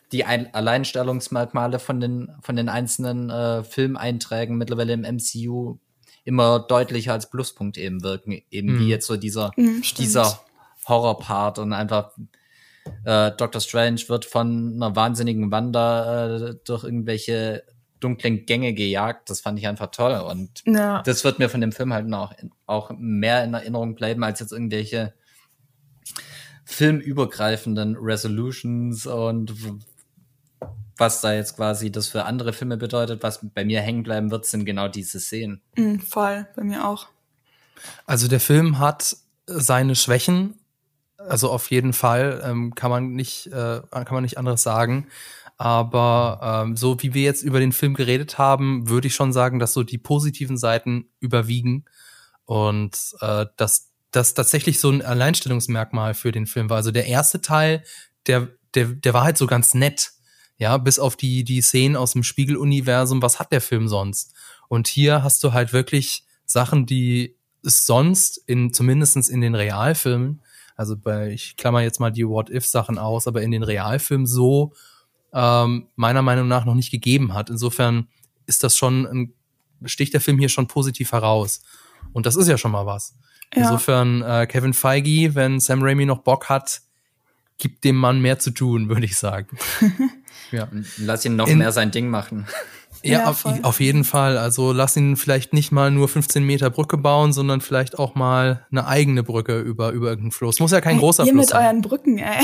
die Ein- Alleinstellungsmerkmale von den von den einzelnen äh, Filmeinträgen mittlerweile im M C U immer deutlicher als Pluspunkt eben wirken, eben mhm. wie jetzt so dieser mhm, dieser Horrorpart und einfach äh, Doctor Strange wird von einer wahnsinnigen Wanda äh, durch irgendwelche dunklen Gänge gejagt. Das fand ich einfach toll und ja. das wird mir von dem Film halt auch auch mehr in Erinnerung bleiben als jetzt irgendwelche filmübergreifenden Resolutions und was da jetzt quasi das für andere Filme bedeutet. Was bei mir hängen bleiben wird, sind genau diese Szenen. Mhm, voll, bei mir auch. Also der Film hat seine Schwächen, also auf jeden Fall, ähm, kann man nicht, äh, kann man nicht anderes sagen. Aber ähm, so wie wir jetzt über den Film geredet haben, würde ich schon sagen, dass so die positiven Seiten überwiegen und äh, dass das tatsächlich so ein Alleinstellungsmerkmal für den Film war. Also der erste Teil, der der der war halt so ganz nett, ja, bis auf die die Szenen aus dem Spiegeluniversum. Was hat der Film sonst? Und hier hast du halt wirklich Sachen, die es sonst in zumindestens in den Realfilmen, also bei ich klammer jetzt mal die What-If-Sachen aus, aber in den Realfilmen so ähm, meiner Meinung nach noch nicht gegeben hat. Insofern ist das schon ein, sticht der Film hier schon positiv heraus. Und das ist ja schon mal was. Ja. Insofern, äh, Kevin Feige, wenn Sam Raimi noch Bock hat, gibt dem Mann mehr zu tun, würde ich sagen. Ja. Lass ihn noch In, mehr sein Ding machen. Ja, ja auf, auf jeden Fall. Also lass ihn vielleicht nicht mal nur fünfzehn Meter Brücke bauen, sondern vielleicht auch mal eine eigene Brücke über, über irgendeinen Fluss. Muss ja kein hey, großer ihr Fluss sein. Ihr mit euren Brücken, ey.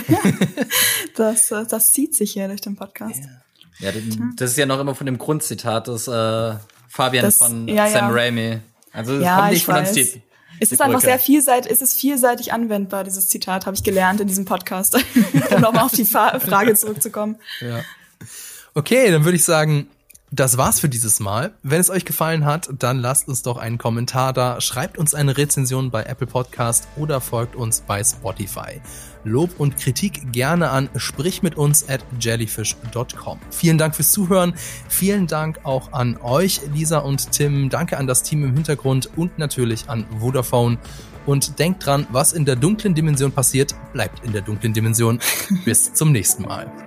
das, das zieht sich hier durch den Podcast. Ja, ja das ist ja noch immer von dem Grundzitat des äh, Fabian das, von ja, Sam ja. Raimi. Also das ja, kommt nicht von uns die, Es ist einfach sehr vielseitig, es ist vielseitig anwendbar, dieses Zitat, habe ich gelernt in diesem Podcast, um nochmal auf die Fa- Frage zurückzukommen. Ja. Okay, dann würde ich sagen, das war's für dieses Mal. Wenn es euch gefallen hat, dann lasst uns doch einen Kommentar da, schreibt uns eine Rezension bei Apple Podcast oder folgt uns bei Spotify. Lob und Kritik gerne an sprichmituns at jellyfish dot com. Vielen Dank fürs Zuhören. Vielen Dank auch an euch, Lisa und Tim. Danke an das Team im Hintergrund und natürlich an Vodafone. Und denkt dran, was in der dunklen Dimension passiert, bleibt in der dunklen Dimension. Bis zum nächsten Mal.